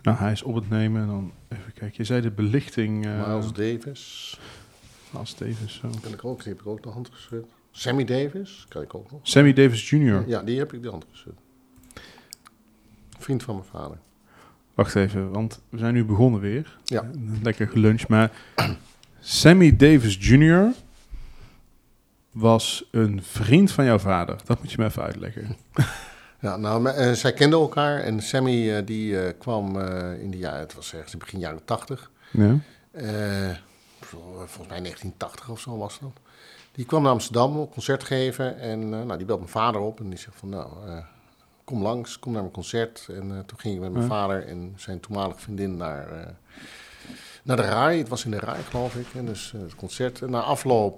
Nou, hij is op het nemen en dan even kijken. Je zei de belichting... Miles Davis. Miles Davis, zo. Die heb ik ook de hand geschud. Sammy Davis, kan ik ook nog. Sammy Davis Jr. Ja, die heb ik de hand geschud. Vriend van mijn vader. Wacht even, want we zijn nu begonnen weer. Ja. Lekker geluncht, maar... Sammy Davis Jr. was een vriend van jouw vader. Dat moet je me even uitleggen. Ja, nou, zij kenden elkaar en Sammy die kwam in de jaren, het was ergens in begin jaren 80. Ja. Volgens mij 1980 of zo was dat. Die kwam naar Amsterdam een concert geven en die belt mijn vader op en die zegt van kom langs, kom naar mijn concert. En toen ging ik met mijn vader en zijn toenmalige vriendin naar de RAI. Het was in de RAI, geloof ik. En dus het concert. En na afloop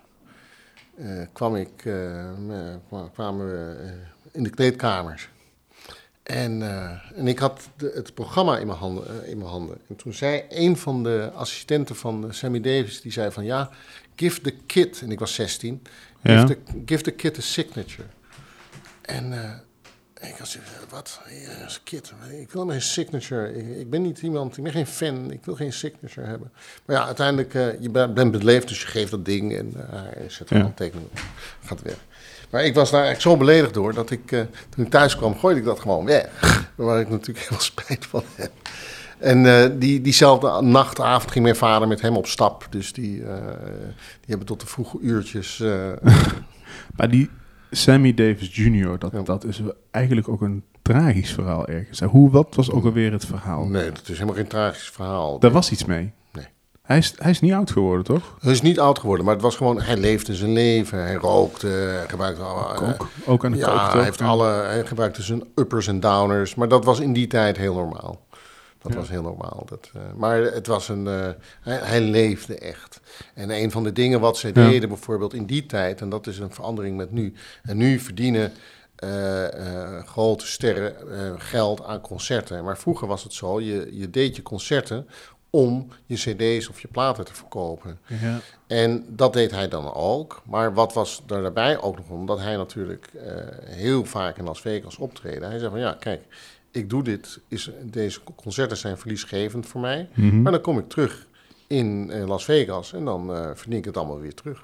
kwamen we in de kleedkamers. En ik had het programma in mijn handen. En toen zei een van de assistenten van Sammy Davis, die zei van ja, give the kid, en ik was 16, give the kid a signature. En ik had zoiets van, wat? Een kid? Ik wil geen signature. Ik ben niet iemand, ik ben geen fan, ik wil geen signature hebben. Maar ja, uiteindelijk, je bent beleefd, dus je geeft dat ding en je zet er een tekening op. Gaat weg. Maar ik was daar echt zo beledigd door, dat ik, toen ik thuis kwam, gooide ik dat gewoon weg. Waar ik natuurlijk helemaal spijt van heb. En diezelfde nachtavond ging mijn vader met hem op stap. Dus die hebben tot de vroege uurtjes... Maar die Sammy Davis Jr., dat is eigenlijk ook een tragisch verhaal ergens. Wat was ook alweer het verhaal? Nee, dat is helemaal geen tragisch verhaal. Daar was iets mee. Nee. Hij is niet oud geworden, toch? Hij is niet oud geworden, maar het was gewoon... Hij leefde zijn leven, hij rookte, hij gebruikte... Ook aan de kook, toch? Hij gebruikte zijn uppers en downers. Maar dat was in die tijd heel normaal. Dat was heel normaal. Maar het was hij leefde echt. En een van de dingen wat zij deden bijvoorbeeld in die tijd... en dat is een verandering met nu... en nu verdienen grote sterren geld aan concerten. Maar vroeger was het zo, je deed je concerten... om je cd's of je platen te verkopen. Ja. En dat deed hij dan ook. Maar wat was er daarbij ook nog omdat hij natuurlijk heel vaak in Las Vegas optreden. Hij zei van ja, kijk, ik doe dit. Deze concerten zijn verliesgevend voor mij. Mm-hmm. Maar dan kom ik terug in Las Vegas en dan verdien ik het allemaal weer terug.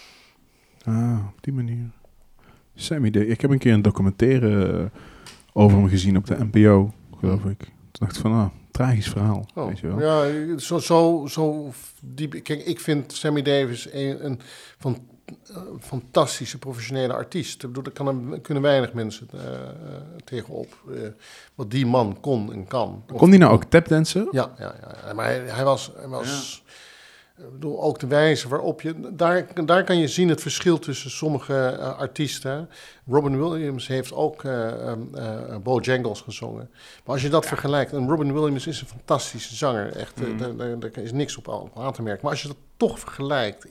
Op die manier. Sammy, ik heb een keer een documentaire over hem gezien op de NPO, geloof ik. Toen dacht ik van, tragisch verhaal. Oh, weet je wel. Ja, zo diep. Kijk, ik vind Sammy Davis een fantastische professionele artiest. Ik bedoel, daar kunnen weinig mensen tegenop. Wat die man kon en kan. Kon die nou ook tapdansen? Ja. Maar hij was ik bedoel, ook de wijze waarop je... Daar kan je zien het verschil tussen sommige artiesten. Robin Williams heeft ook Bojangles gezongen. Maar als je dat vergelijkt... En Robin Williams is een fantastische zanger. Echt, daar is niks op aan te merken. Maar als je dat toch vergelijkt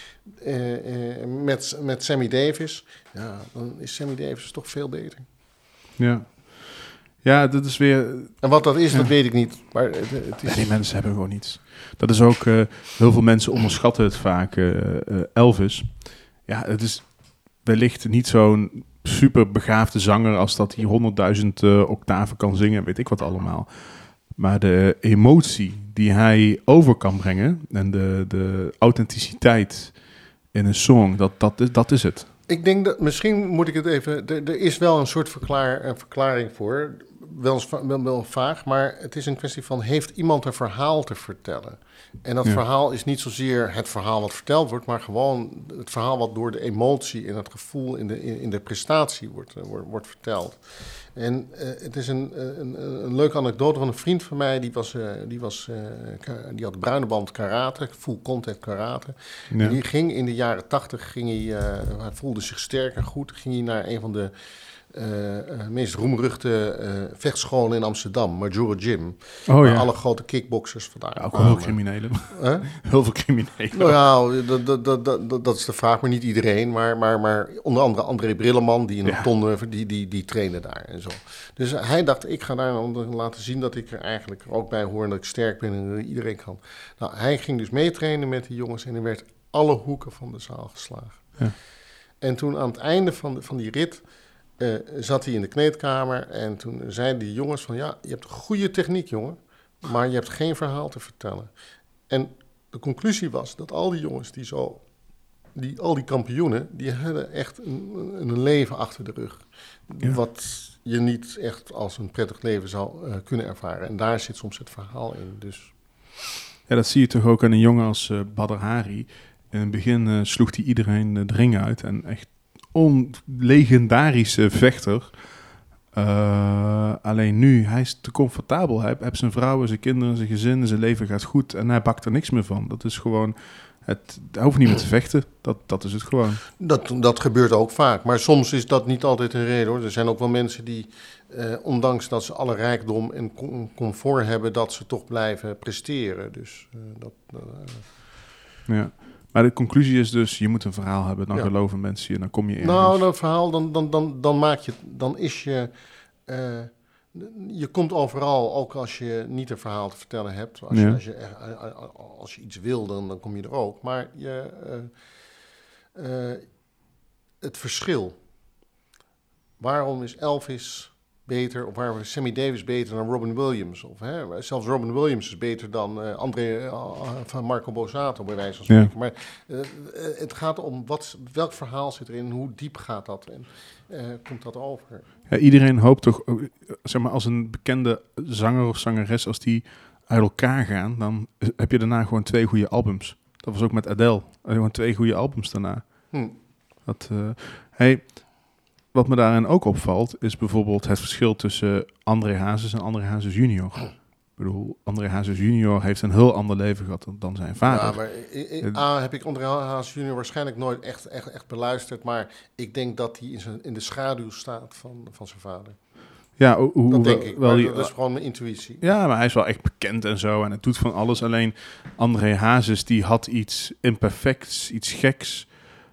met Sammy Davis... Ja, dan is Sammy Davis toch veel beter. Ja. Ja, dat is weer... En wat dat is, dat weet ik niet. Maar het is... Die mensen hebben gewoon niets. Dat is ook... heel veel mensen onderschatten het vaak. Elvis. Ja, het is wellicht niet zo'n super begaafde zanger... als dat hij 100.000 octaven kan zingen. Weet ik wat allemaal. Maar de emotie die hij over kan brengen... en de authenticiteit in een song, dat is het. Ik denk dat, misschien moet ik het even... Er is wel een soort verklaring voor... Wel vaag, maar het is een kwestie van... heeft iemand een verhaal te vertellen? En dat verhaal is niet zozeer het verhaal wat verteld wordt... maar gewoon het verhaal wat door de emotie en het gevoel in de prestatie wordt verteld. En het is een leuke anekdote van een vriend van mij... die had bruine band karate, full contact karate. Ja. En die ging in de jaren 80, hij voelde zich sterk en goed... ging hij naar een van de... meest roemruchte vechtscholen in Amsterdam, Majora Gym. Waar alle grote kickboxers vandaan ook heel veel criminelen. Heel veel criminelen. Nou ja, dat is de vraag, maar niet iedereen. Maar onder andere André Brilleman, die in een ton, die trainen daar en zo. Dus hij dacht, ik ga daar laten zien dat ik er eigenlijk ook bij hoor... en dat ik sterk ben en dat iedereen kan. Nou, hij ging dus meetrainen met die jongens... en er werd alle hoeken van de zaal geslagen. Ja. En toen aan het einde van die rit... zat hij in de kleedkamer en toen zeiden die jongens van... ja, je hebt een goede techniek, jongen, maar je hebt geen verhaal te vertellen. En de conclusie was dat al die jongens al die kampioenen, die hadden echt een leven achter de rug. Ja. Wat je niet echt als een prettig leven zou kunnen ervaren. En daar zit soms het verhaal in. Dus. Ja, dat zie je toch ook aan een jongen als Badr Hari. In het begin sloeg hij iedereen de ring uit. En echt legendarische vechter. Alleen nu, hij is te comfortabel. Hij heeft zijn vrouw, zijn kinderen, zijn gezin, zijn leven gaat goed. En hij bakt er niks meer van. Dat is gewoon... Hij hoeft niet meer te vechten. Dat is het gewoon. Dat gebeurt ook vaak. Maar soms is dat niet altijd een reden, hoor. Er zijn ook wel mensen die, ondanks dat ze alle rijkdom en comfort hebben, dat ze toch blijven presteren. Dus Ja. Maar de conclusie is dus, je moet een verhaal hebben. Dan geloven mensen je en dan kom je in. Nou, dat verhaal, dan maak je... Dan is je... Je komt overal, ook als je niet een verhaal te vertellen hebt. Als je iets wil, dan kom je er ook. Maar het verschil. Waarom is Elvis beter, of waarom is Sammy Davis beter dan Robin Williams? Of zelfs Robin Williams is beter dan André van Marco Borsato, bij wijze van spreken. Ja. Maar het gaat om welk verhaal zit erin, hoe diep gaat dat en komt dat over? Ja, iedereen hoopt toch, zeg maar, als een bekende zanger of zangeres, als die uit elkaar gaan, dan heb je daarna gewoon 2 goede albums. Dat was ook met Adele. Gewoon 2 goede albums daarna. Wat me daarin ook opvalt, is bijvoorbeeld het verschil tussen André Hazes en André Hazes junior. Ik bedoel, André Hazes junior heeft een heel ander leven gehad dan zijn vader. Ja, maar heb ik André Hazes junior waarschijnlijk nooit echt beluisterd, maar ik denk dat hij in de schaduw staat van zijn vader. Ja, dat denk ik. Dat is gewoon mijn intuïtie. Ja, maar hij is wel echt bekend en zo. En het doet van alles. Alleen André Hazes, die had iets imperfects, iets geks.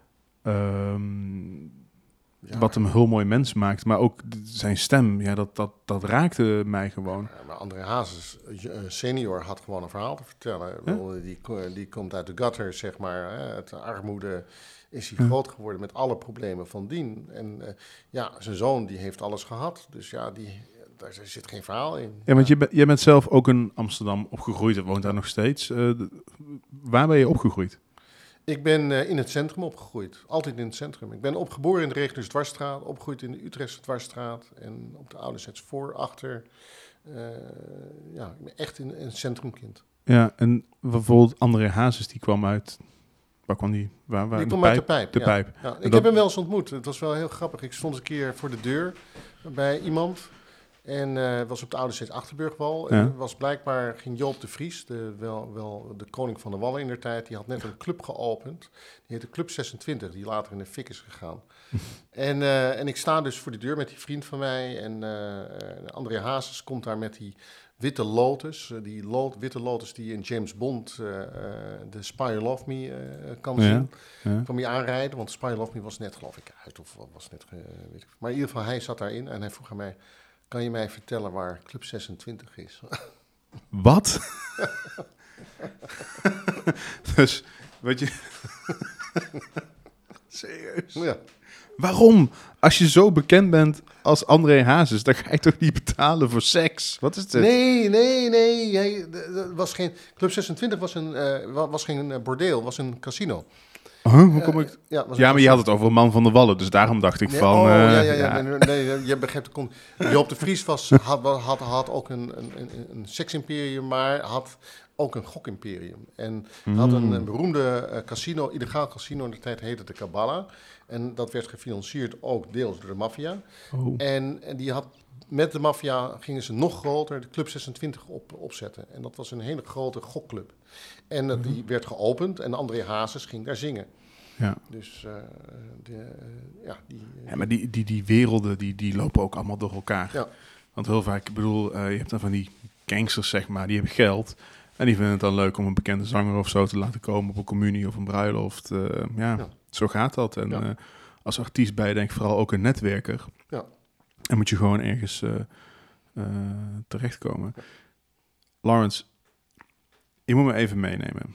Wat hem een heel mooi mens maakt. Maar ook zijn stem, ja, dat raakte mij gewoon. Ja, maar André Hazes senior had gewoon een verhaal te vertellen. Die komt uit de gutter, zeg maar. Uit de armoede is hij groot geworden met alle problemen van dien. En zijn zoon die heeft alles gehad. Dus ja, daar zit geen verhaal in. Ja, want jij bent zelf ook in Amsterdam opgegroeid en woont daar nog steeds. Waar ben je opgegroeid? Ik ben in het centrum opgegroeid. Altijd in het centrum. Ik ben geboren in de Regenus Dwarsstraat, opgegroeid in de Utrechtse Dwarsstraat en op de Oude Zets achter. Ik ben echt een centrumkind. Ja, en bijvoorbeeld André Hazes, die kwam uit... Waar kwam die? Die kwam uit de Pijp. De Pijp. Ja. Ik heb hem wel eens ontmoet. Het was wel heel grappig. Ik stond een keer voor de deur bij iemand... En was op de Oude Zets Achterburgwal. En ging Joop de Vries, de koning van de Wallen in der tijd, die had net een club geopend. Die heette Club 26, die later in de fik is gegaan. En ik sta dus voor de deur met die vriend van mij. En André Hazes komt daar met die witte Lotus. Witte Lotus die in James Bond de Spy Who Loved Me kan zien. Ja. Kwam hij aanrijden, want Spy Who Loved Me was net, geloof ik, uit. Of was net, weet ik. Maar in ieder geval, hij zat daarin en hij vroeg aan mij... Kan je mij vertellen waar Club 26 is? Wat? Dus, weet je... Serieus? Ja. Waarom? Als je zo bekend bent als André Hazes, dan ga je toch niet betalen voor seks? Wat is dit? Nee. Club 26 was geen bordeel, was een casino. Hoe kom ik... maar je had het over een man van de Wallen, dus daarom dacht ik van... Nee, je begrijpt... Joop de Vries had ook een seksimperium, maar had ook een gokimperium. En had een beroemde casino, illegaal casino in de tijd heette de Kabbalah. En dat werd gefinancierd ook deels door de maffia. Oh. En die had... Met de maffia gingen ze nog groter de Club 26 opzetten. En dat was een hele grote gokclub. En die werd geopend en André Hazes ging daar zingen. Ja. Dus maar die werelden, die lopen ook allemaal door elkaar. Ja. Want heel vaak, ik bedoel, je hebt dan van die gangsters, zeg maar, die hebben geld. En die vinden het dan leuk om een bekende zanger of zo te laten komen op een communie of een bruiloft. Zo gaat dat. En als artiest ben je denk ik vooral ook een netwerker. Ja. En moet je gewoon ergens terechtkomen. Ja. Lawrence, je moet me even meenemen.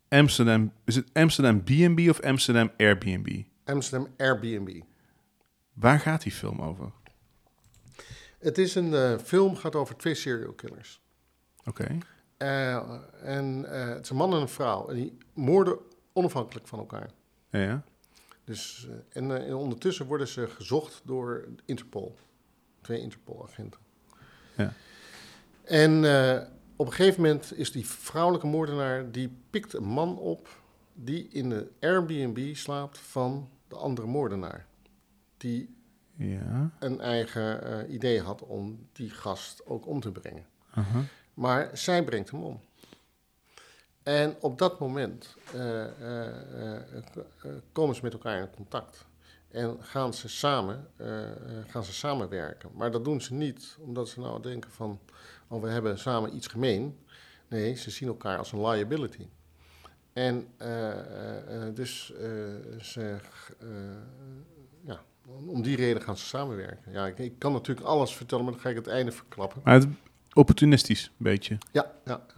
Amsterdam, is het Amsterdam B&B of Amsterdam Airbnb? Amsterdam Airbnb. Waar gaat die film over? Het is een film, gaat over 2 serial killers. Oké. Het is een man en een vrouw. En die moorden onafhankelijk van elkaar. Ja. Dus, en ondertussen worden ze gezocht door Interpol. 2 Interpol-agenten. Ja. En op een gegeven moment is die vrouwelijke moordenaar... die pikt een man op die in de Airbnb slaapt van de andere moordenaar. Die een eigen idee had om die gast ook om te brengen. Uh-huh. Maar zij brengt hem om. En op dat moment komen ze met elkaar in contact. En gaan ze samenwerken. Maar dat doen ze niet omdat ze nou denken van... oh, we hebben samen iets gemeen. Nee, ze zien elkaar als een liability. En om die reden gaan ze samenwerken. Ja, ik kan natuurlijk alles vertellen, maar dan ga ik het einde verklappen. Maar het opportunistisch, een beetje. Ja.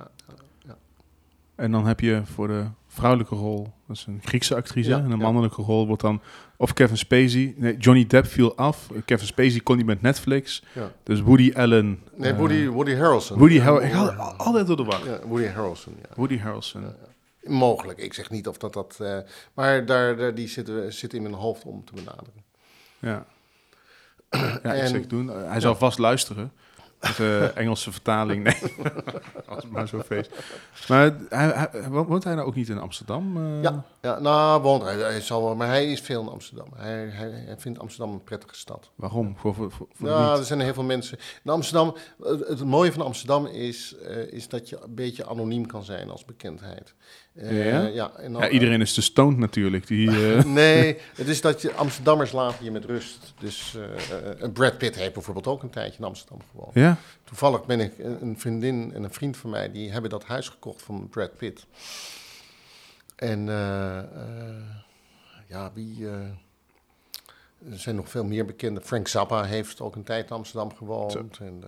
En dan heb je voor de vrouwelijke rol, dat is een Griekse actrice. Ja, en de mannelijke rol wordt dan of Kevin Spacey. Nee, Johnny Depp viel af. Kevin Spacey kon niet met Netflix. Ja. Dus Woody Allen. Nee, Woody Harrelson. Ik haal altijd door de war. Ja, Woody Harrelson, ja. Woody Harrelson. Ja. Mogelijk, ik zeg niet of dat... maar die zit in mijn hoofd om te benaderen. Ja. Ik zeg doen. Hij zal vast luisteren. De Engelse vertaling, nee. Als het maar zo feest. Maar woont hij nou ook niet in Amsterdam? Woont hij zal wel, maar hij is veel in Amsterdam. Hij vindt Amsterdam een prettige stad. Waarom? Voor er zijn heel veel mensen. In Amsterdam, het mooie van Amsterdam is dat je een beetje anoniem kan zijn als bekendheid. Iedereen is te stoned natuurlijk. Nee, het is dat Amsterdammers laten je met rust. Dus Brad Pitt heeft bijvoorbeeld ook een tijdje in Amsterdam gewoond. Ja? Toevallig ben ik een vriendin en een vriend van mij... die hebben dat huis gekocht van Brad Pitt. En er zijn nog veel meer bekende. Frank Zappa heeft ook een tijd in Amsterdam gewoond. En,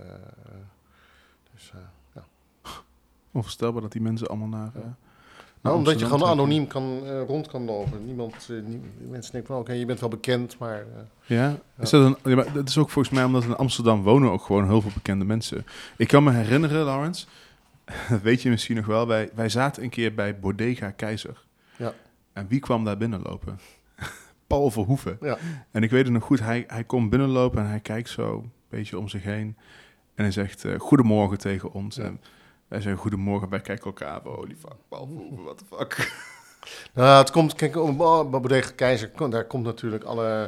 Onvoorstelbaar dat die mensen allemaal naar omdat je gewoon trekken. anoniem rond kan lopen. Mensen denken van, oké, je bent wel bekend, maar... Is dat is ook volgens mij omdat in Amsterdam wonen ook gewoon heel veel bekende mensen. Ik kan me herinneren, Laurens, dat weet je misschien nog wel, wij zaten een keer bij Bodega Keizer. Ja. En wie kwam daar binnenlopen? Paul Verhoeven. Ja. En ik weet het nog goed, hij komt binnenlopen en hij kijkt zo een beetje om zich heen. En hij zegt, goedemorgen tegen ons. Ja. En wij zeggen goedemorgen, wij kijken elkaar aan. Holy fuck, Paul Verhoeven, what the fuck. Nou, het komt, kijk, bij Bodega Keizer, daar komt natuurlijk alle...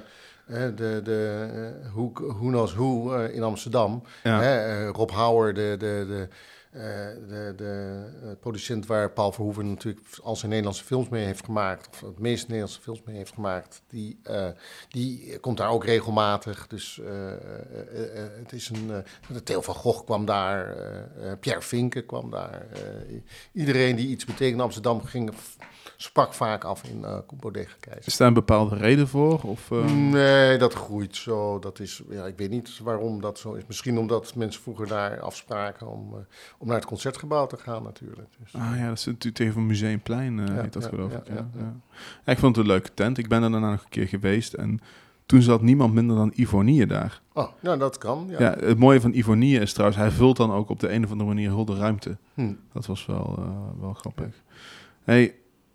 who knows who in Amsterdam. Ja. Rob Hauer, de producent waar Paul Verhoeven natuurlijk al zijn Nederlandse films mee heeft gemaakt, of het meeste Nederlandse films mee heeft gemaakt, die komt daar ook regelmatig. Dus het is Theo van Gogh kwam daar, Pierre Vinken kwam daar. Iedereen die iets betekende Amsterdam sprak vaak af in Bodega Keizer. Is daar een bepaalde reden voor? Of, Nee, dat groeit zo. Dat is, ik weet niet waarom dat zo is. Misschien omdat mensen vroeger daar afspraken om naar het Concertgebouw te gaan natuurlijk. Dus, dat is natuurlijk tegen Museumplein, heet dat geloof ik. Ja. Ik vond het een leuke tent. Ik ben er daarna nog een keer geweest en toen zat niemand minder dan Ivonie daar. Oh, nou dat kan. Ja. Ja, het mooie van Ivonie is trouwens, hij vult dan ook op de een of andere manier heel de ruimte. Dat was wel grappig. Ja. Hey,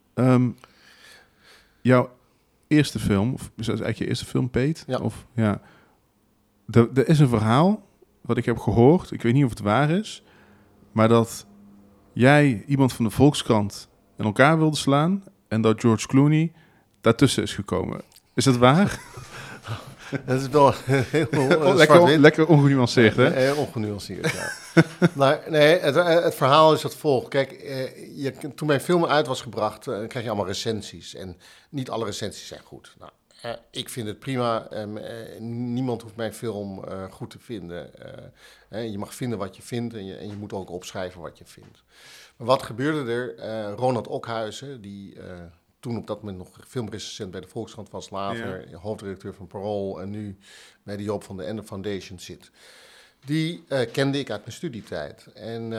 jouw eerste film, of is dat eigenlijk je eerste film, Peet? Ja. Of, ja. Er is een verhaal wat ik heb gehoord, ik weet niet of het waar is, maar dat jij iemand van de Volkskrant in elkaar wilde slaan en dat George Clooney daartussen is gekomen. Is dat waar? Het is wel heel lekker ongenuanceerd, hè? Heel ongenuanceerd, ja. Het verhaal is het volgt. Kijk, toen mijn film uit was gebracht, krijg je allemaal recensies. En niet alle recensies zijn goed. Nou, ik vind het prima. Niemand hoeft mijn film goed te vinden. Je mag vinden wat je vindt en je moet ook opschrijven wat je vindt. Maar wat gebeurde er? Ronald Okhuizen, die... toen op dat moment nog filmrecensent bij de Volkskrant was, later hoofdredacteur van Parool en nu bij de Joop van den Ende Foundation zit. Die kende ik uit mijn studietijd. En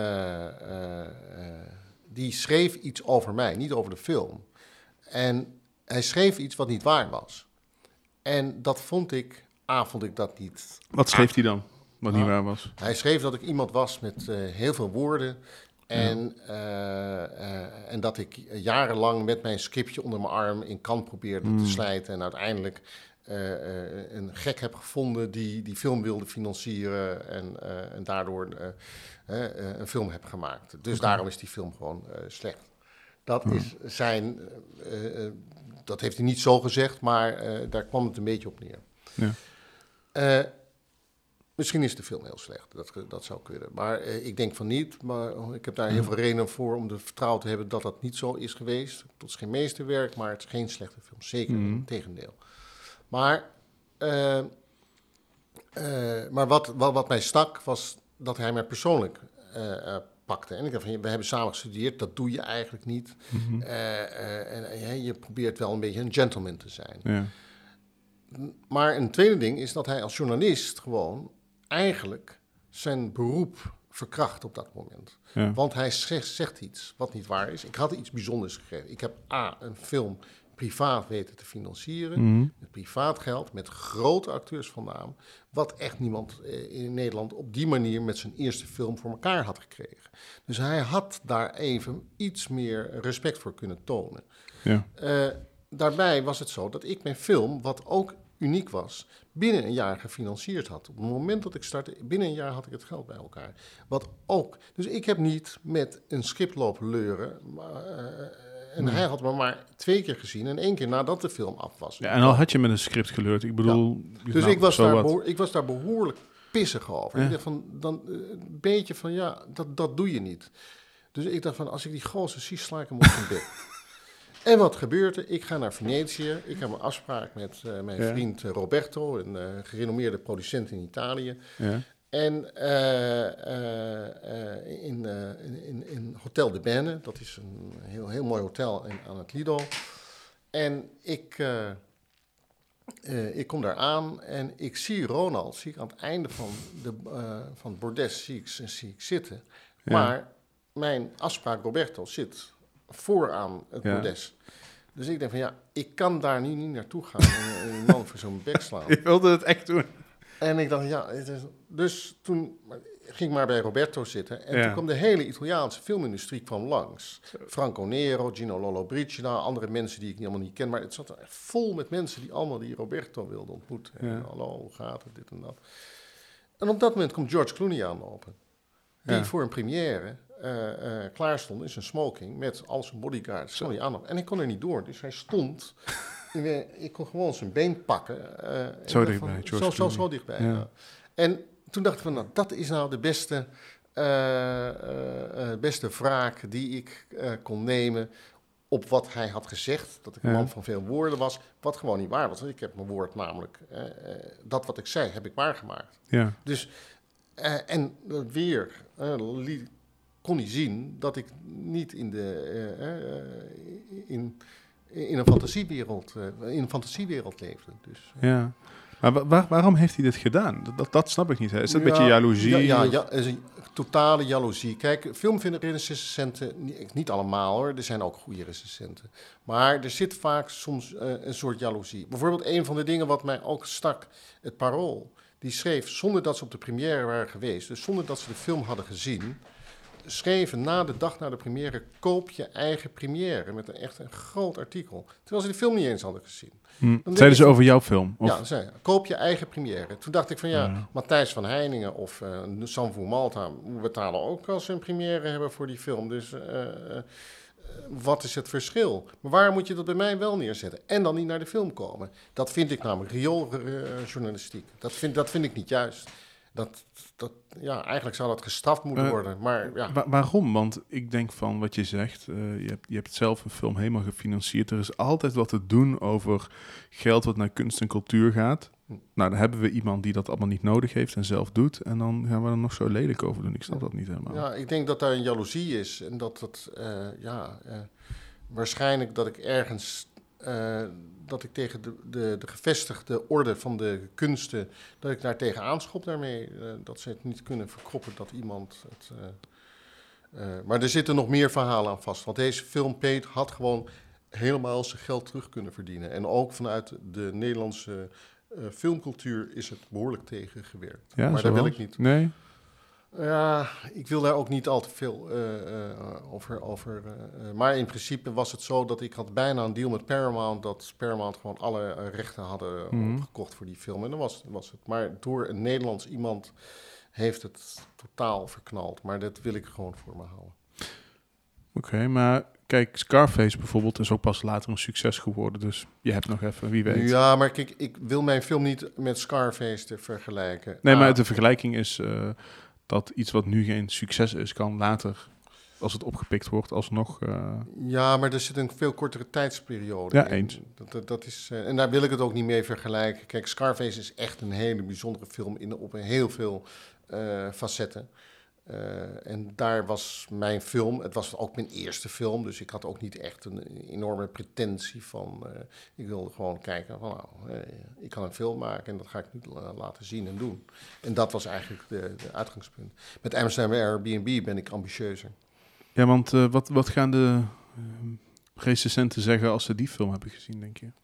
die schreef iets over mij, niet over de film. En hij schreef iets wat niet waar was. En dat vond ik vond ik dat niet. Wat schreef hij dan? Wat niet waar was? Hij schreef dat ik iemand was met heel veel woorden. En dat ik jarenlang met mijn scriptje onder mijn arm in kant probeerde te slijten. En uiteindelijk een gek heb gevonden die film wilde financieren. En daardoor een film heb gemaakt. Dus daarom is die film gewoon slecht. Dat is zijn... dat heeft hij niet zo gezegd, maar daar kwam het een beetje op neer. Ja. Misschien is de film heel slecht, dat zou kunnen. Maar ik denk van niet, maar ik heb daar heel veel redenen voor om de vertrouwen te hebben dat dat niet zo is geweest. Het is geen meesterwerk, maar het is geen slechte film. Zeker, tegendeel. Maar wat mij stak, was dat hij mij persoonlijk pakte. En ik dacht van, we hebben samen gestudeerd, dat doe je eigenlijk niet. En je probeert wel een beetje een gentleman te zijn. Ja. Maar een tweede ding is dat hij als journalist gewoon eigenlijk zijn beroep verkracht op dat moment. Ja. Want hij zegt iets wat niet waar is. Ik had iets bijzonders gegeven. Ik heb een film privaat weten te financieren. Met privaat geld, met grote acteurs van naam. Wat echt niemand in Nederland op die manier met zijn eerste film voor elkaar had gekregen. Dus hij had daar even iets meer respect voor kunnen tonen. Ja. Daarbij was het zo dat ik mijn film, wat ook uniek was, binnen een jaar gefinancierd had. Op het moment dat ik startte, binnen een jaar had ik het geld bij elkaar. Wat ook. Dus ik heb niet met een script lopen leuren. En hij had me maar 2 keer gezien en 1 keer nadat de film af was. Ja, en al had je met een script geleurd. Ik bedoel... Ja. Dus ik was daar behoorlijk pissig over. Ja. Ik dacht van, dan een beetje van, dat doe je niet. Dus ik dacht van, als ik die gozer zie, sla ik hem op zijn bek. En wat gebeurt er? Ik ga naar Venetië. Ik heb een afspraak met mijn vriend Roberto, een gerenommeerde producent in Italië. Ja. En in Hotel de Bene, dat is een heel mooi hotel aan het Lido. En ik kom daar aan en ik zie Ronald, aan het einde van het bordes zie ik zitten. Ja. Maar mijn afspraak Roberto zit vooraan het bordes. Dus ik denk van ik kan daar nu niet naartoe gaan en een man voor zo'n bek slaan. Je wilde het echt doen. En ik dacht, dus toen ging ik maar bij Roberto zitten. En toen kwam de hele Italiaanse filmindustrie langs. Franco Nero, Gino Lollobrigida, andere mensen die ik helemaal niet ken. Maar het zat er echt vol met mensen die allemaal die Roberto wilden ontmoeten. Ja. En, hallo, hoe gaat het, dit en dat. En op dat moment komt George Clooney aanlopen. Die voor een première klaar stond in zijn smoking met al zijn bodyguards. En ik kon er niet door, dus hij stond... Ik kon gewoon zijn been pakken. Zo dichtbij, zo dichtbij, ja. En toen dacht ik van, dat is nou de beste wraak die ik kon nemen op wat hij had gezegd. Dat ik een man van veel woorden was, wat gewoon niet waar was. Want ik heb mijn woord namelijk, dat wat ik zei, heb ik waargemaakt. Ja. Dus, en weer kon hij zien dat ik niet in een fantasiewereld leefde. Dus, ja. Maar waarom heeft hij dit gedaan? Dat snap ik niet. Hè? Is dat een beetje jaloezie? Ja, is een totale jaloezie. Kijk, filmrecensenten, niet allemaal hoor, er zijn ook goede recensenten. Maar er zit vaak soms een soort jaloezie. Bijvoorbeeld een van de dingen wat mij ook stak, het Parool. Die schreef, zonder dat ze op de première waren geweest, dus zonder dat ze de film hadden gezien, schreven na de dag na de première, koop je eigen première. Met echt een groot artikel. Terwijl ze de film niet eens hadden gezien. Zeiden ze over jouw film? Of? Ja, zei koop je eigen première. Toen dacht ik van Matthijs van Heiningen of Sanvu Malta betalen ook als ze een première hebben voor die film. Dus wat is het verschil? Maar waar moet je dat bij mij wel neerzetten? En dan niet naar de film komen. Dat vind ik namelijk riooljournalistiek. Dat vind ik niet juist. Eigenlijk zou dat gestraft moeten worden. Maar, waarom? Want ik denk van wat je zegt, je hebt zelf een film helemaal gefinancierd. Er is altijd wat te doen over geld wat naar kunst en cultuur gaat. Nou, dan hebben we iemand die dat allemaal niet nodig heeft en zelf doet. En dan gaan we er nog zo lelijk over doen. Ik snap dat niet helemaal. Ja, ik denk dat daar een jaloezie is. En waarschijnlijk dat ik ergens... dat ik tegen de gevestigde orde van de kunsten, dat ik daar tegen aanschop daarmee, dat ze het niet kunnen verkroppen dat iemand het... maar er zitten nog meer verhalen aan vast, want deze film, Peet, had gewoon helemaal zijn geld terug kunnen verdienen. En ook vanuit de Nederlandse filmcultuur is het behoorlijk tegengewerkt. Ja, maar daar wil ik niet. Nee? Ja, ik wil daar ook niet al te veel over. Maar in principe was het zo dat ik had bijna een deal met Paramount, dat Paramount gewoon alle rechten hadden opgekocht voor die film. En dan was het. Maar door een Nederlands iemand heeft het totaal verknald. Maar dat wil ik gewoon voor me houden. Oké, maar kijk, Scarface bijvoorbeeld is ook pas later een succes geworden. Dus je hebt nog even, wie weet. Ja, maar kijk, ik wil mijn film niet met Scarface te vergelijken. Nee, maar de vergelijking is dat iets wat nu geen succes is, kan later, als het opgepikt wordt, alsnog... Ja, maar er zit een veel kortere tijdsperiode in. Eens. Dat is, en daar wil ik het ook niet mee vergelijken. Kijk, Scarface is echt een hele bijzondere film op heel veel facetten. En daar was mijn film, het was ook mijn eerste film, dus ik had ook niet echt een enorme pretentie van, ik wilde gewoon kijken van ik kan een film maken en dat ga ik nu laten zien en doen. En dat was eigenlijk de uitgangspunt. Met Amsterdam Airbnb ben ik ambitieuzer. Ja, want wat gaan de recensenten zeggen als ze die film hebben gezien, denk je?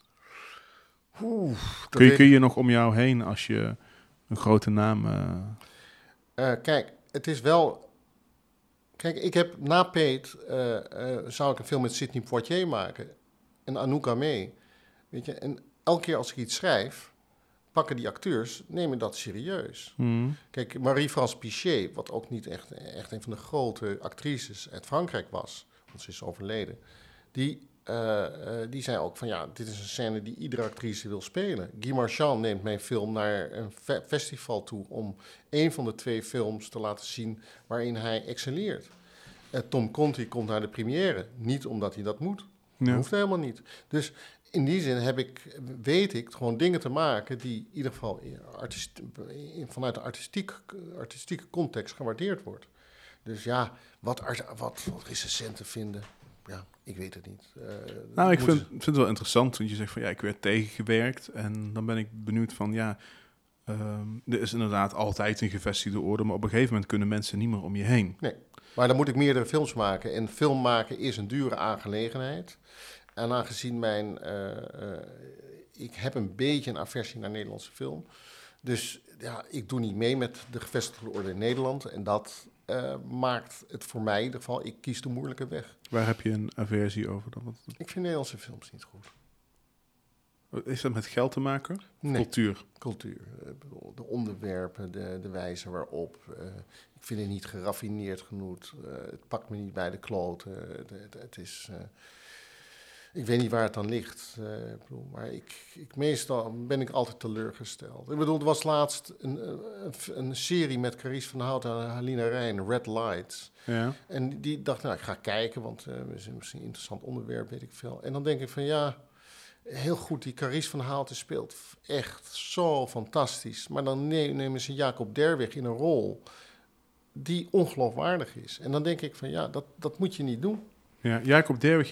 Kun je nog om jou heen als je een grote naam... Kijk, het is wel... Kijk, ik heb na Peet... zou ik een film met Sidney Poitier maken. En Anouk Aimée. Weet je, en elke keer als ik iets schrijf... pakken die acteurs, nemen dat serieus. Kijk, Marie-France Pichet... wat ook niet echt een van de grote actrices uit Frankrijk was... want ze is overleden... Die zei ook van dit is een scène die iedere actrice wil spelen. Guy Marchand neemt mijn film naar een festival toe om een van de 2 films te laten zien waarin hij excelleert. Tom Conti komt naar de première, niet omdat hij dat moet. Dat hoeft helemaal niet. Dus in die zin weet ik gewoon dingen te maken die in ieder geval vanuit de artistieke context gewaardeerd wordt. Dus wat recensenten vinden... Ja, ik weet het niet. Ik vind het wel interessant, want je zegt van ik werd tegengewerkt. En dan ben ik benieuwd van er is inderdaad altijd een gevestigde orde, maar op een gegeven moment kunnen mensen niet meer om je heen. Nee, maar dan moet ik meerdere films maken. En film maken is een dure aangelegenheid. En aangezien ik heb een beetje een aversie naar Nederlandse film. Dus ik doe niet mee met de gevestigde orde in Nederland. En dat... maakt het voor mij in ieder geval, ik kies de moeilijke weg. Waar heb je een aversie over dan? Ik vind Nederlandse films niet goed. Is dat met geld te maken? Nee. Cultuur. De onderwerpen, de wijze waarop. Ik vind het niet geraffineerd genoeg. Het pakt me niet bij de kloten. Het is... ik weet niet waar het dan ligt. Maar meestal ben ik altijd teleurgesteld. Ik bedoel, er was laatst een serie met Carice van Houten en Halina Rijn, Red Lights. Ja. En die dacht, ik ga kijken, want het is misschien een interessant onderwerp, weet ik veel. En dan denk ik van heel goed, die Carice van Houten speelt echt zo fantastisch. Maar dan nemen ze Jacob Derwig in een rol die ongeloofwaardig is. En dan denk ik van dat moet je niet doen. Ja, Jacob Derwig,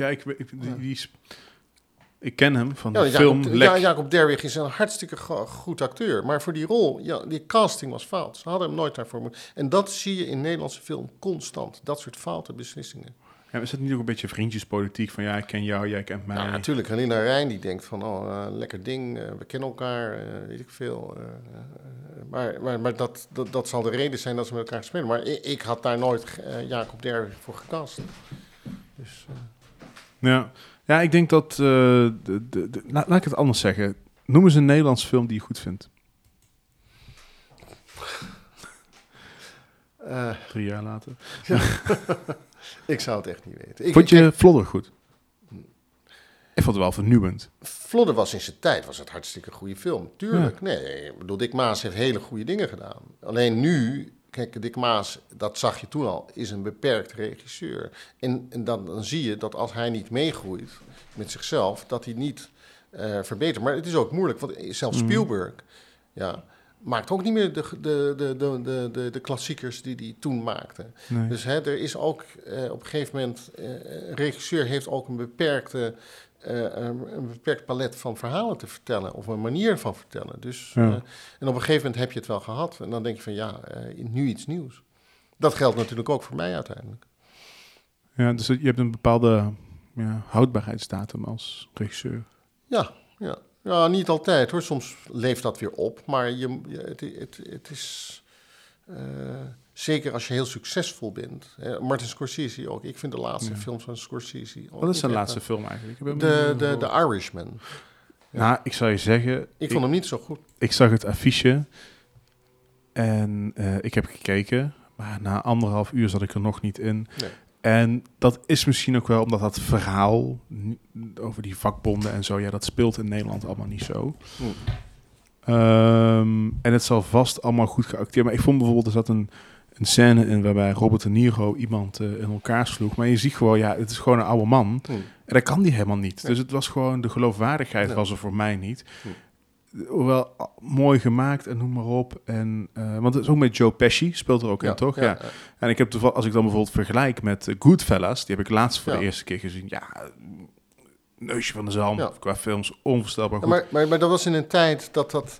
ik ken hem van de film Lek. Jacob Derwig is een hartstikke goed acteur. Maar voor die rol, die casting was fout. Ze hadden hem nooit daarvoor moeten. En dat zie je in Nederlandse film constant. Dat soort foute beslissingen. Ja, is het niet ook een beetje vriendjespolitiek van ik ken jou, jij kent mij? Ja, natuurlijk. Halina Rijn die denkt van, lekker ding, we kennen elkaar, weet ik veel. Maar dat zal de reden zijn dat ze met elkaar spelen. Maar ik had daar nooit Jacob Derwig voor gecast. Dus... Ja, ik denk dat... laat ik het anders zeggen. Noem eens een Nederlands film die je goed vindt. 3 jaar later. Ik zou het echt niet weten. Vond je Vlodder goed? Ik vond het wel vernieuwend. Vlodder was in zijn tijd was het hartstikke goede film. Tuurlijk. Ja. Nee, ik bedoel, Dick Maas heeft hele goede dingen gedaan. Alleen nu... Kijk, Dick Maas, dat zag je toen al, is een beperkt regisseur. En dan zie je dat als hij niet meegroeit met zichzelf, dat hij niet verbetert. Maar het is ook moeilijk, want zelfs Spielberg maakt ook niet meer de klassiekers die hij toen maakte. Nee. Dus er is ook op een gegeven moment... een regisseur heeft ook een beperkt palet van verhalen te vertellen. Of een manier van vertellen. Dus, en op een gegeven moment heb je het wel gehad. En dan denk je van nu iets nieuws. Dat geldt natuurlijk ook voor mij uiteindelijk. Ja, dus je hebt een bepaalde houdbaarheidsdatum als regisseur. Ja. Ja, niet altijd hoor. Soms leeft dat weer op. Maar het is... zeker als je heel succesvol bent. Martin Scorsese ook. Ik vind de laatste films van Scorsese... Wat is zijn laatste film eigenlijk? The Irishman. Ja. Nou, ik zou je zeggen... Ik vond hem niet zo goed. Ik zag het affiche en ik heb gekeken. Maar na 1,5 uur zat ik er nog niet in. Nee. En dat is misschien ook wel omdat dat verhaal over die vakbonden en zo... Ja, dat speelt in Nederland allemaal niet zo. En het zal vast allemaal goed geacteerd. Maar ik vond bijvoorbeeld, er zat een scène in waarbij Robert De Niro iemand in elkaar sloeg. Maar je ziet gewoon, ja, het is gewoon een oude man. En dat kan die helemaal niet. Dus het was gewoon, de geloofwaardigheid was er voor mij niet. Hoewel mooi gemaakt en noem maar op. En, want het is ook met Joe Pesci, speelt er ook in, toch? Ja. En ik heb als ik dan bijvoorbeeld vergelijk met Goodfellas, die heb ik laatst voor de eerste keer gezien. Ja, neusje van de zalm, qua films, onvoorstelbaar goed. Maar dat was in een tijd dat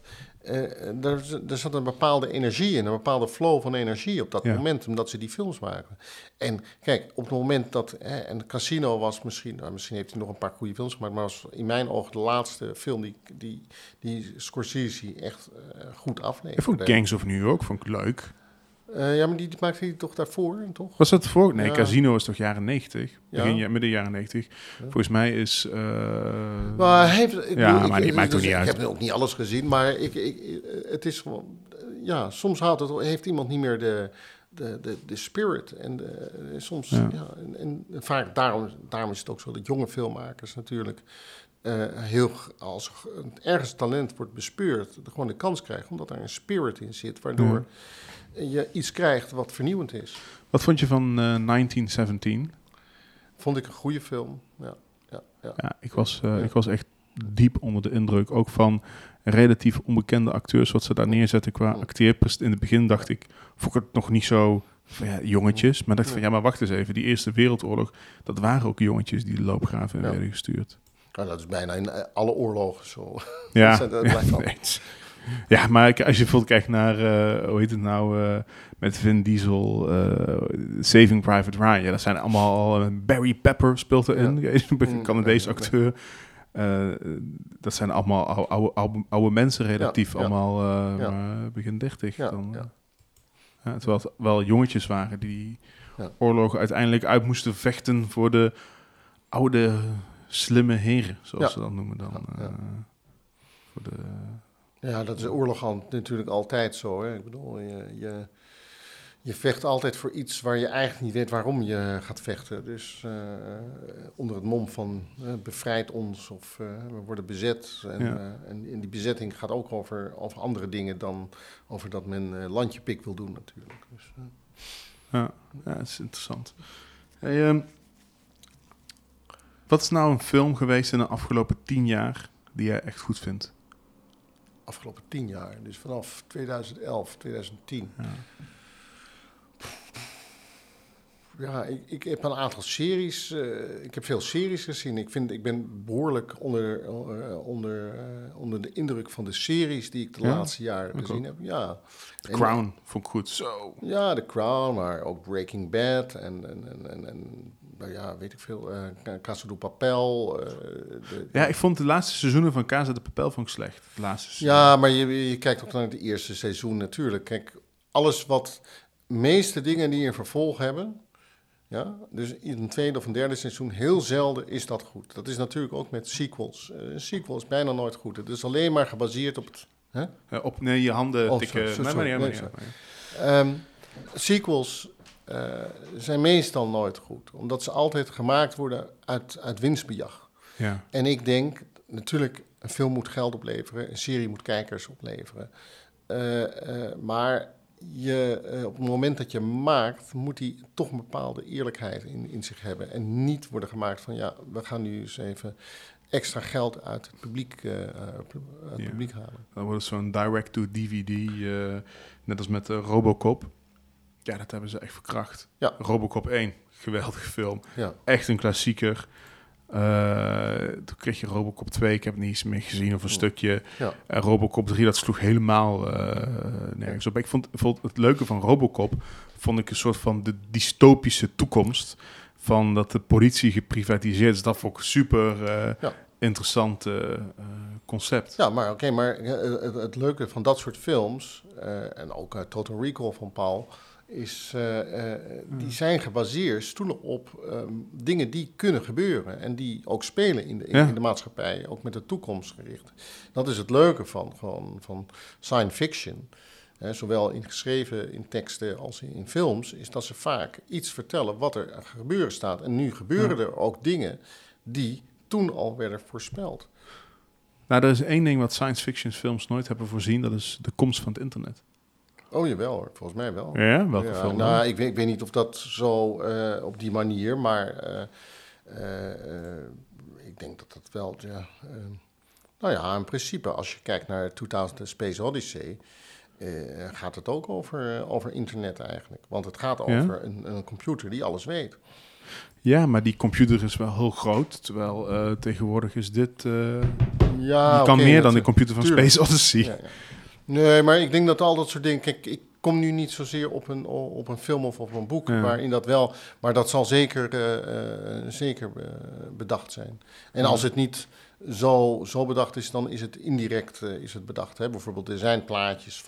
er zat een bepaalde energie in, een bepaalde flow van energie op dat moment, omdat ze die films maken. En kijk, op het moment dat, en Casino was misschien heeft hij nog een paar goede films gemaakt, maar was in mijn ogen de laatste film die Scorsese echt goed afleverde. Ik vond Gangs of New York vond ik leuk. Ja, maar die maakte hij toch daarvoor, toch? Was dat ervoor? Nee, Casino is toch jaren 90? Midden jaren 90. Ja. Volgens mij is... maar die maakt toch niet uit. Ik heb ook niet alles gezien, maar het is gewoon... Ja, soms heeft iemand niet meer de spirit. En soms... en vaak daarom is het ook zo dat jonge filmmakers natuurlijk... als ergens talent wordt bespeurd... gewoon de kans krijgen, omdat er een spirit in zit... waardoor... je iets krijgt wat vernieuwend is. Wat vond je van 1917? Vond ik een goede film, ja. Ik was echt diep onder de indruk. Ook van relatief onbekende acteurs, wat ze daar neerzetten qua acteerprestatie. In het begin vond ik het nog niet zo van, jongetjes. Maar dacht van, maar wacht eens even. Die Eerste Wereldoorlog, dat waren ook jongetjes die de loopgraven in werden gestuurd. Nou, dat is bijna in alle oorlogen zo. Ja, dat blijft weet. Ja, maar als je bijvoorbeeld kijkt naar, hoe heet het nou, met Vin Diesel, Saving Private Ryan. Ja, dat zijn allemaal, Barry Pepper speelt erin, een Canadese acteur. Dat zijn allemaal oude mensen relatief, allemaal begin 30. Terwijl het wel jongetjes waren die oorlogen uiteindelijk uit moesten vechten voor de oude, slimme heren, zoals ze dat noemen dan. Voor de... Ja, dat is oorlog natuurlijk altijd zo. Hè? Ik bedoel, je vecht altijd voor iets waar je eigenlijk niet weet waarom je gaat vechten. Dus onder het mom van bevrijd ons of we worden bezet. En die bezetting gaat ook over andere dingen dan over dat men landje pik wil doen natuurlijk. Dus, ja, dat is interessant. Hey, wat is nou een film geweest in de afgelopen 10 jaar die jij echt goed vindt? Afgelopen 10 jaar, dus vanaf 2011, 2010. Ja, ik heb een aantal series. Ik heb veel series gezien. Ik ben behoorlijk onder de indruk van de series die ik de laatste jaren gezien heb. Ja. The Crown vond ik goed. Zo. Ja, The Crown, maar ook Breaking Bad en nou ja, weet ik veel. Casa de Papel. Ik vond de laatste seizoenen van Casa de Papel vond ik slecht. Ja, maar je kijkt ook naar het eerste seizoen natuurlijk. Kijk, meeste dingen die een vervolg hebben... Ja, dus in een tweede of een derde seizoen, heel zelden is dat goed. Dat is natuurlijk ook met sequels. Een sequel is bijna nooit goed. Het is alleen maar gebaseerd op het... je handen tikken. Sequels zijn meestal nooit goed. Omdat ze altijd gemaakt worden uit winstbejag. Ja. En ik denk, natuurlijk, een film moet geld opleveren. Een serie moet kijkers opleveren. Maar... op het moment dat je maakt, moet die toch een bepaalde eerlijkheid in zich hebben. En niet worden gemaakt van, we gaan nu eens even extra geld uit het publiek, publiek halen. Dan wordt het zo'n direct-to-DVD, net als met Robocop. Ja, dat hebben ze echt verkracht. Ja. Robocop 1, geweldige film. Ja. Echt een klassieker. Toen kreeg je Robocop 2, ik heb het niet eens meer gezien of een stukje. Ja. Robocop 3, dat sloeg helemaal nergens op. Ik vond het leuke van Robocop, vond ik een soort van de dystopische toekomst van dat de politie geprivatiseerd is. Dat vond ik super interessant concept. Ja, maar oké, maar het leuke van dat soort films, en ook Total Recall van Paul, is die zijn gebaseerd stoelen op dingen die kunnen gebeuren en die ook spelen in de maatschappij, ook met de toekomst gericht. Dat is het leuke van science fiction. Zowel geschreven in teksten als in films, is dat ze vaak iets vertellen wat er gebeuren staat. En nu gebeuren er ook dingen die toen al werden voorspeld. Nou, er is één ding wat science fiction films nooit hebben voorzien, dat is de komst van het internet. Oh, jawel hoor, volgens mij wel. Ja, welke film? Nou, ik weet niet of dat zo op die manier, maar ik denk dat dat wel, nou ja, in principe, als je kijkt naar 2000 Space Odyssey, gaat het ook over internet eigenlijk. Want het gaat over een computer die alles weet. Ja, maar die computer is wel heel groot, terwijl tegenwoordig is dit... Ja, kan meer dan de computer van Space Odyssey. Ja. Nee, maar ik denk dat al dat soort dingen... Kijk, ik kom nu niet zozeer op een film of op een boek waarin dat wel... Maar dat zal zeker bedacht zijn. En als het niet zo bedacht is, dan is het indirect is het bedacht. Hè? Bijvoorbeeld, er zijn plaatjes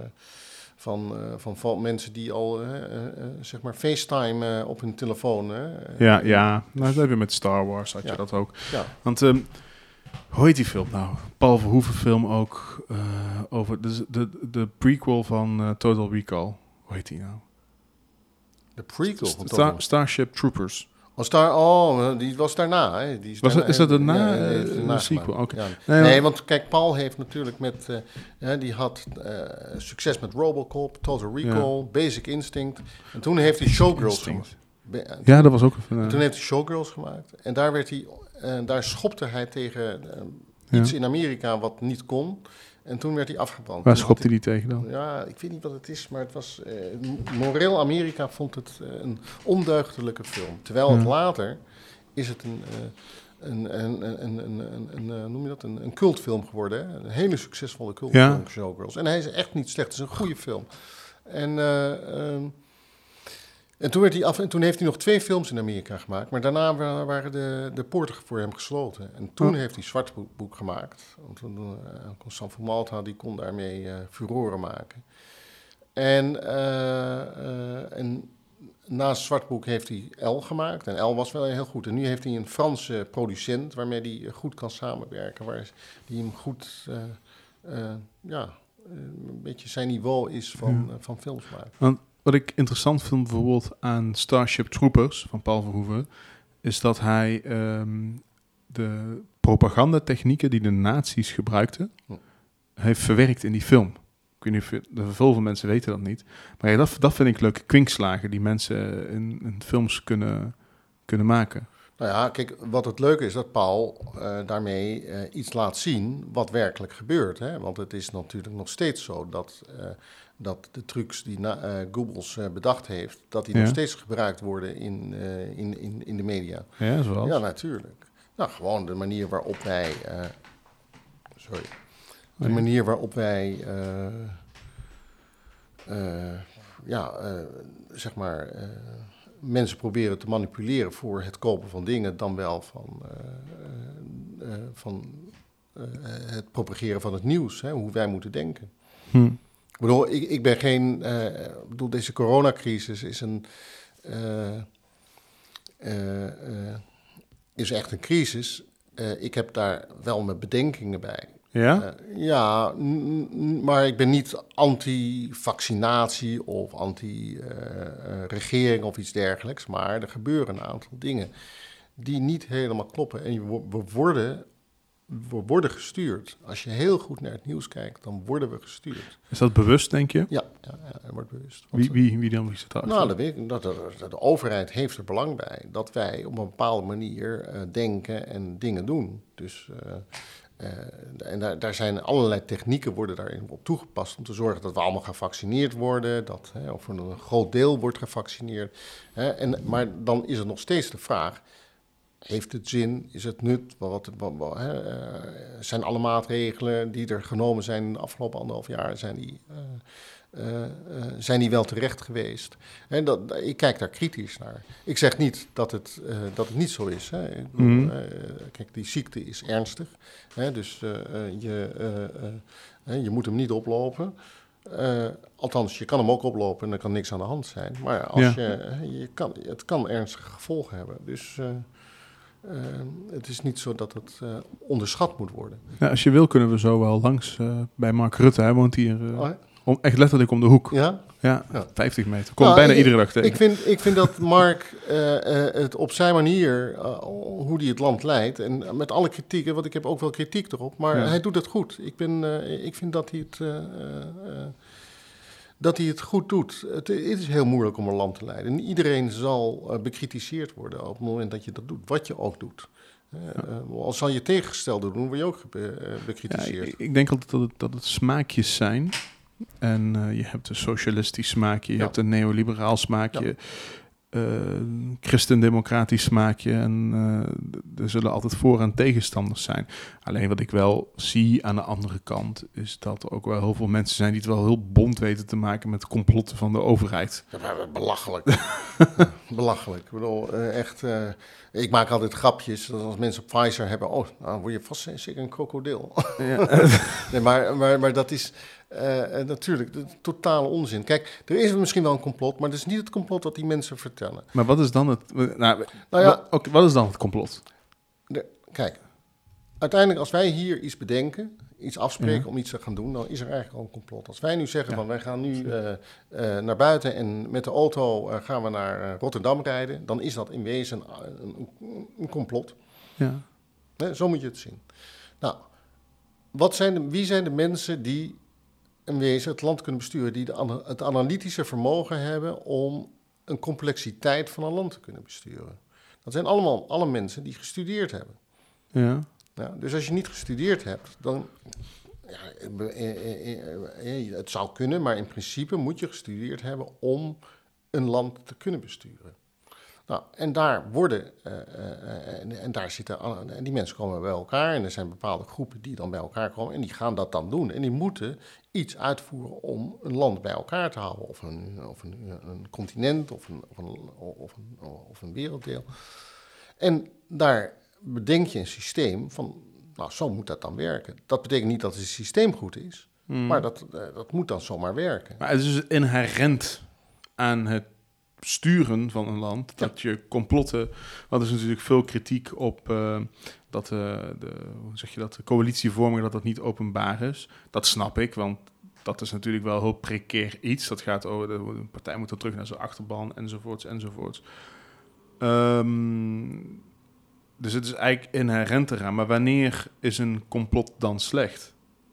van mensen die al, zeg maar, FaceTime op hun telefoon... Nou, dat heb je met Star Wars, had je dat ook. Ja. Want... hoe heet die film nou? Paul Verhoeven film ook over de prequel van Total Recall. Hoe heet die nou? De prequel van Total Starship Troopers. Die was daarna. Hè? Is dat daarna een sequel? Okay. Ja. Nee, want kijk, Paul heeft natuurlijk die had succes met Robocop, Total Recall, Basic Instinct. En toen heeft hij Showgirls gemaakt. Ja, dat was ook toen heeft hij Showgirls gemaakt. En daar schopte hij tegen iets in Amerika wat niet kon. En toen werd hij afgebrand. Waar schopte hij tegen dan? Ja, ik weet niet wat het is, maar het was... moreel Amerika vond het een ondeugdelijke film. Terwijl het later is het een cultfilm geworden. Hè? Een hele succesvolle cultfilm, Showgirls. En hij is echt niet slecht. Het is een goede film. En toen werd hij af en toen heeft hij nog 2 films in Amerika gemaakt. Maar daarna waren de poorten voor hem gesloten. En toen heeft hij Zwart Boek gemaakt. Constant van Malta die kon daarmee furoren maken. En naast Zwart Boek heeft hij L gemaakt. En L was wel heel goed. En nu heeft hij een Franse producent waarmee hij goed kan samenwerken. Die hem goed, een beetje zijn niveau is van films maken. Wat ik interessant vind bijvoorbeeld aan Starship Troopers van Paul Verhoeven, is dat hij de propagandatechnieken die de nazi's gebruikten, heeft verwerkt in die film. Ik weet niet of veel van mensen weten dat niet. Maar ja, dat vind ik leuke kwinkslagen die mensen in films kunnen maken. Nou ja, kijk, wat het leuke is dat Paul daarmee iets laat zien wat werkelijk gebeurt. Hè? Want het is natuurlijk nog steeds zo dat de trucs die Goebbels bedacht heeft, dat die nog steeds gebruikt worden in de media. Ja, zoals? Ja, natuurlijk. Nou, gewoon de manier waarop wij... De manier waarop wij... zeg maar... mensen proberen te manipuleren voor het kopen van dingen, dan wel van het propageren van het nieuws, hè, hoe wij moeten denken. Ik bedoel, ik ben geen... deze coronacrisis is echt een crisis. Ik heb daar wel mijn bedenkingen bij. Ja? Maar ik ben niet anti-vaccinatie of anti-regering of iets dergelijks. Maar er gebeuren een aantal dingen die niet helemaal kloppen. En we worden gestuurd. Als je heel goed naar het nieuws kijkt, dan worden we gestuurd. Is dat bewust, denk je? Ja, dat wordt bewust. Wie dan is het? Nou, de overheid heeft er belang bij dat wij op een bepaalde manier denken en dingen doen. Dus... en daar zijn allerlei technieken worden daarin op toegepast om te zorgen dat we allemaal gevaccineerd worden, of een groot deel wordt gevaccineerd. Maar dan is er nog steeds de vraag, heeft het zin, is het nut, zijn alle maatregelen die er genomen zijn in de afgelopen 1,5 jaar, zijn die zijn die wel terecht geweest? En ik kijk daar kritisch naar. Ik zeg niet dat het niet zo is. Hè. Ik bedoel, kijk, die ziekte is ernstig. Hè, dus je moet hem niet oplopen. Althans, je kan hem ook oplopen en er kan niks aan de hand zijn. Maar het kan ernstige gevolgen hebben. Dus het is niet zo dat het onderschat moet worden. Ja, als je wil kunnen we zo wel langs bij Mark Rutte. Hij woont hier echt letterlijk om de hoek. Ja? Ja, 50 meter. Komt bijna iedere dag tegen. Ik vind dat Mark het op zijn manier, hoe hij het land leidt, en met alle kritieken, want ik heb ook wel kritiek erop, maar hij doet het goed. Ik vind dat hij het goed doet. Het is heel moeilijk om een land te leiden. En iedereen zal bekritiseerd worden op het moment dat je dat doet, wat je ook doet. Al zal je tegengestelde doen, word je ook bekritiseerd. Ja, ik denk altijd dat het smaakjes zijn. En je hebt een socialistisch smaakje, je hebt een neoliberaal smaakje, christendemocratisch smaakje. En er zullen altijd voor- en tegenstanders zijn. Alleen wat ik wel zie aan de andere kant is dat er ook wel heel veel mensen zijn die het wel heel bont weten te maken met complotten van de overheid. Ja, maar belachelijk. Belachelijk. Ik bedoel, echt. Ik maak altijd grapjes dat als mensen Pfizer hebben, dan word je vast zeker een krokodil. Ja. Nee, maar dat is natuurlijk totale onzin. Kijk, er is misschien wel een complot, maar dat is niet het complot wat die mensen vertellen. Maar wat is dan het? Wat is dan het complot? Kijk, uiteindelijk als wij hier iets bedenken, iets afspreken om iets te gaan doen, dan is er eigenlijk al een complot. Als wij nu zeggen van wij gaan nu naar buiten en met de auto gaan we naar Rotterdam rijden, dan is dat in wezen een complot. Ja. Zo moet je het zien. Nou, wie zijn de mensen die in wezen het land kunnen besturen, die het analytische vermogen hebben om een complexiteit van een land te kunnen besturen? Dat zijn allemaal alle mensen die gestudeerd hebben. Ja. Ja, dus als je niet gestudeerd hebt, dan... het zou kunnen, maar in principe moet je gestudeerd hebben om een land te kunnen besturen. Nou, en daar en die mensen komen bij elkaar en er zijn bepaalde groepen die dan bij elkaar komen en die gaan dat dan doen. En die moeten iets uitvoeren om een land bij elkaar te houden, of een continent of een werelddeel. En daar bedenk je een systeem van, nou, zo moet dat dan werken. Dat betekent niet dat het systeem goed is, maar dat moet dan zomaar werken. Maar het is dus inherent aan het sturen van een land dat je complotten, want er is natuurlijk veel kritiek op dat de coalitievorming dat niet openbaar is. Dat snap ik, want dat is natuurlijk wel heel precair iets. Dat gaat over de partij moet dan terug naar zijn achterban enzovoorts. Dus het is eigenlijk inherent eraan. Maar wanneer is een complot dan slecht?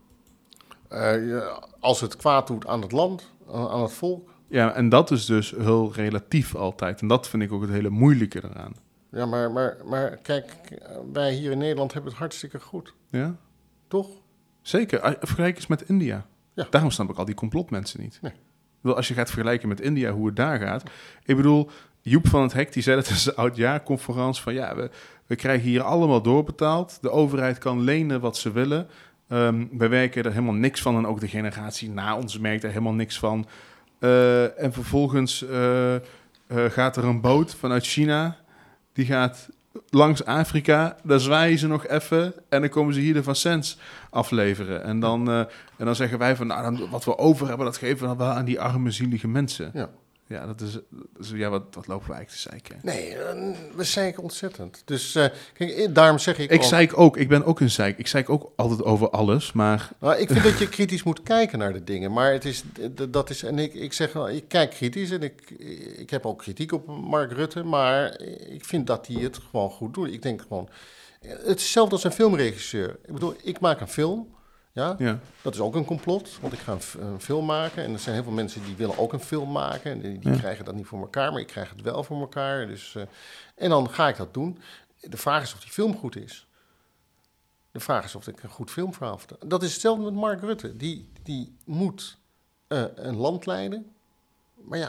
Als het kwaad doet aan het land, aan het volk. Ja, en dat is dus heel relatief altijd. En dat vind ik ook het hele moeilijke eraan. Ja, maar kijk, wij hier in Nederland hebben het hartstikke goed. Ja? Toch? Zeker. Vergelijk eens met India. Ja. Daarom snap ik al die complotmensen niet. Nee. Als je gaat vergelijken met India, hoe het daar gaat. Ik bedoel, Joep van het Hek, die zei dat in zijn oudjaarconferentie van ja, we krijgen hier allemaal doorbetaald. De overheid kan lenen wat ze willen. Wij werken er helemaal niks van en ook de generatie na ons merkt er helemaal niks van. En vervolgens gaat er een boot vanuit China, die gaat langs Afrika, daar zwaaien ze nog even en dan komen ze hier de Vincents afleveren. En dan zeggen wij van, nou, wat we over hebben, dat geven we dan wel aan die arme, zielige mensen. Ja, dat is wat lopen we eigenlijk te zeiken? Nee, we zeiken ontzettend. Dus kijk, daarom zeg ik ook... zeik ook, ik ben ook een zeik. Ik zeik ook altijd over alles, maar... Nou, ik vind dat je kritisch moet kijken naar de dingen. Maar ik zeg wel, ik kijk kritisch en ik heb ook kritiek op Mark Rutte, maar ik vind dat hij het gewoon goed doet. Ik denk gewoon, het is hetzelfde als een filmregisseur. Ik bedoel, ik maak een film... Ja, dat is ook een complot, want ik ga een film maken. En er zijn heel veel mensen die willen ook een film maken. En die krijgen dat niet voor elkaar, maar ik krijg het wel voor elkaar. Dus, en dan ga ik dat doen. De vraag is of die film goed is. De vraag is of ik een goed filmverhaal vertel. Dat is hetzelfde met Mark Rutte. Die moet een land leiden. Maar ja,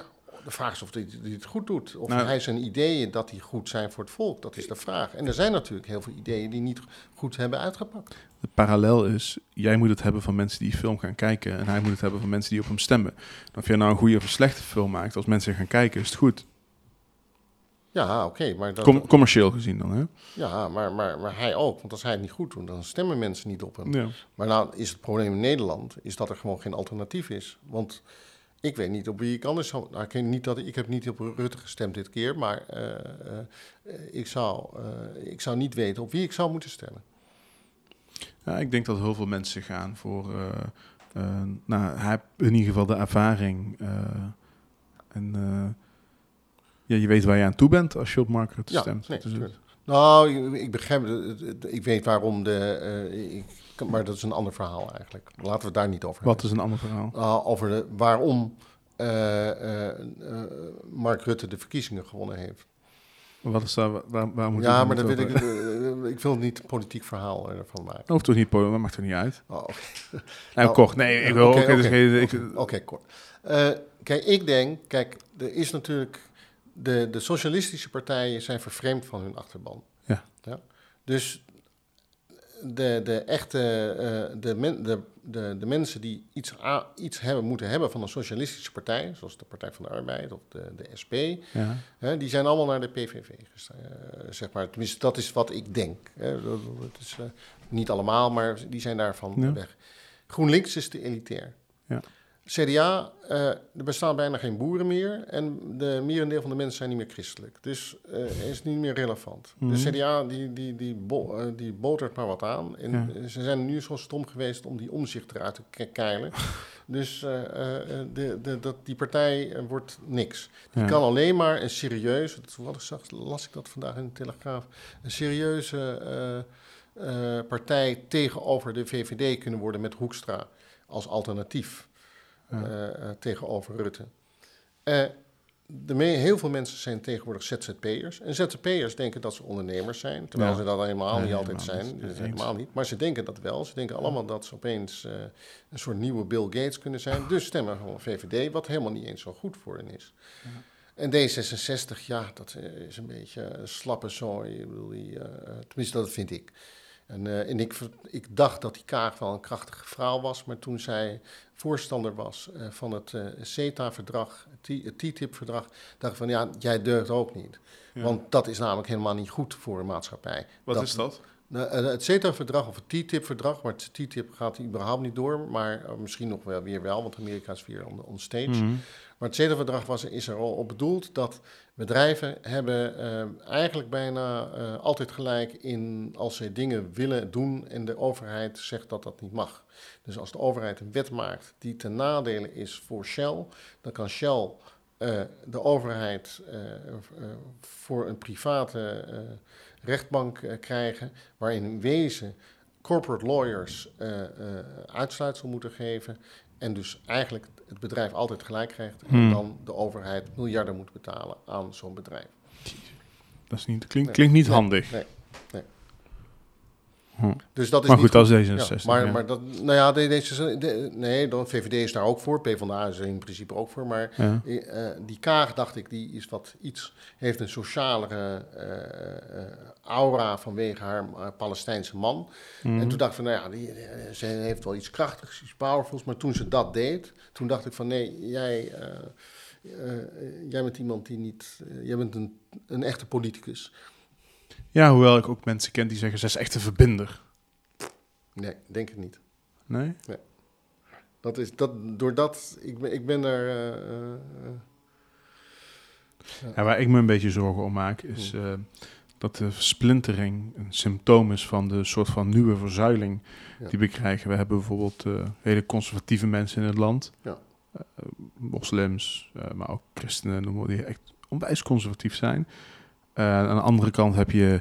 de vraag is of hij het goed doet. Of Nou, hij zijn ideeën dat die goed zijn voor het volk. Dat is de vraag. En er zijn natuurlijk heel veel ideeën die niet goed hebben uitgepakt. De parallel is, jij moet het hebben van mensen die film gaan kijken en hij moet het hebben van mensen die op hem stemmen. Of je nou een goede of een slechte film maakt, als mensen gaan kijken, is het goed. Ja, oké. Maar Commercieel gezien dan, hè? Ja, maar hij ook. Want als hij het niet goed doet, dan stemmen mensen niet op hem. Ja. Maar nou is het probleem in Nederland is dat er gewoon geen alternatief is. Want ik weet niet op wie ik anders zou... Nou, ik heb niet op Rutte gestemd dit keer, maar ik zou niet weten op wie ik zou moeten stemmen. Ja, ik denk dat heel veel mensen gaan voor... hij heeft in ieder geval de ervaring. Ja, je weet waar je aan toe bent als je op Mark Rutte stemt. Nee, dus nou, ik begrijp het. Ik weet waarom maar dat is een ander verhaal eigenlijk. Laten we het daar niet over hebben. Wat is een ander verhaal? Over waarom Mark Rutte de verkiezingen gewonnen heeft. Wat is daar? Waar moet ja, maar dat weet ik. Ik wil niet een politiek verhaal ervan maken. Hoeft toch niet, dat mag toch niet uit? Oh, okay. Nou, kort. Nee, ik wil Oké, kort. Kijk, ik denk, er is natuurlijk de socialistische partijen zijn vervreemd van hun achterban. Ja. Dus de echte de mensen die iets moeten hebben van een socialistische partij, zoals de Partij van de Arbeid of de SP, die zijn allemaal naar de PVV zeg maar. Tenminste, dat is wat ik denk. Dat is niet allemaal, maar die zijn daarvan weg. GroenLinks is te elitair. Ja. CDA, er bestaan bijna geen boeren meer en de merendeel van de mensen zijn niet meer christelijk. Dus is niet meer relevant. De CDA die botert maar wat aan. En ze zijn nu zo stom geweest om die Omtzigt eruit te keilen. Dus die partij wordt niks. Die kan alleen maar een serieuze, las ik dat vandaag in de Telegraaf, een serieuze partij tegenover de VVD kunnen worden met Hoekstra als alternatief. Tegenover Rutte. Heel veel mensen zijn tegenwoordig ZZP'ers. En ZZP'ers denken dat ze ondernemers zijn, terwijl ze dat helemaal niet altijd zijn. Helemaal niet. Maar ze denken dat wel. Ze denken allemaal dat ze opeens een soort nieuwe Bill Gates kunnen zijn. Dus stemmen gewoon VVD, wat helemaal niet eens zo goed voor hen is. Ja. En D66, dat is een beetje slappe zooi. Tenminste, dat vind ik. En ik dacht dat die Kaag wel een krachtige vrouw was, maar toen zij voorstander was van het CETA-verdrag, het TTIP-verdrag, dacht ik van jij deugt ook niet. Ja. Want dat is namelijk helemaal niet goed voor een maatschappij. Wat is dat? Het CETA-verdrag of het TTIP-verdrag, maar het TTIP gaat überhaupt niet door, maar misschien nog weer wel, want Amerika is weer on stage. Mm-hmm. Maar het CETA-verdrag is er al op bedoeld dat bedrijven hebben eigenlijk bijna altijd gelijk in als ze dingen willen doen en de overheid zegt dat dat niet mag. Dus als de overheid een wet maakt die ten nadele is voor Shell, dan kan Shell de overheid voor een private rechtbank krijgen, waarin in wezen corporate lawyers uitsluitsel moeten geven en dus eigenlijk het bedrijf altijd gelijk krijgt en dan de overheid miljarden moet betalen aan zo'n bedrijf. Dat is niet, klinkt niet handig. Nee. Dus dat is maar goed, niet dat is D66. Ja, maar dat, de VVD is daar ook voor. PvdA is er in principe ook voor. Maar die Kaag, dacht ik, die is heeft een socialere aura vanwege haar Palestijnse man. Mm-hmm. En toen dacht ik van, ze heeft wel iets krachtigs, iets powerfuls. Maar toen ze dat deed, toen dacht ik van, nee, jij bent iemand die niet... jij bent een echte politicus. Ja, hoewel ik ook mensen ken die zeggen, ze is echt een verbinder. Nee, denk ik niet. Nee? Nee. Ik ben er... Waar ik me een beetje zorgen om maak, is dat de versplintering een symptoom is van de soort van nieuwe verzuiling die we krijgen. We hebben bijvoorbeeld hele conservatieve mensen in het land. Ja. Moslims, maar ook christenen noemen we, die echt onwijs conservatief zijn. Aan de andere kant heb je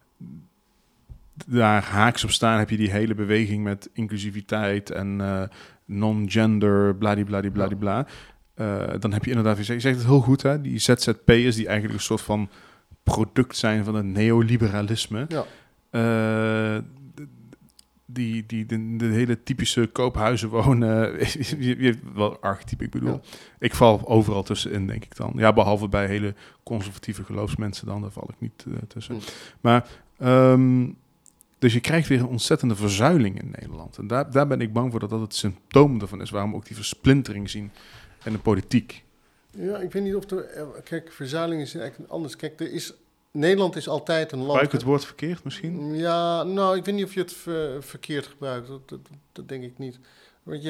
daar haaks op staan, heb je die hele beweging met inclusiviteit en non-gender, bladibladibladibla. Dan heb je inderdaad, je zegt het heel goed, hè, die ZZP'ers die eigenlijk een soort van product zijn van het neoliberalisme. Ja. de hele typische koophuizen wonen, je hebt wel archetype, ik bedoel. Ja. Ik val overal tussenin, denk ik dan. Ja, behalve bij hele conservatieve geloofsmensen dan, daar val ik niet tussen. Maar, dus je krijgt weer een ontzettende verzuiling in Nederland. En daar ben ik bang voor dat het symptoom ervan is, waarom we ook die versplintering zien in de politiek. Ja, ik weet niet of kijk, verzuiling is eigenlijk anders. Kijk, Nederland is altijd een land... Gebruik het woord verkeerd misschien? Ja, nou, ik weet niet of je het verkeerd gebruikt. Dat denk ik niet. Want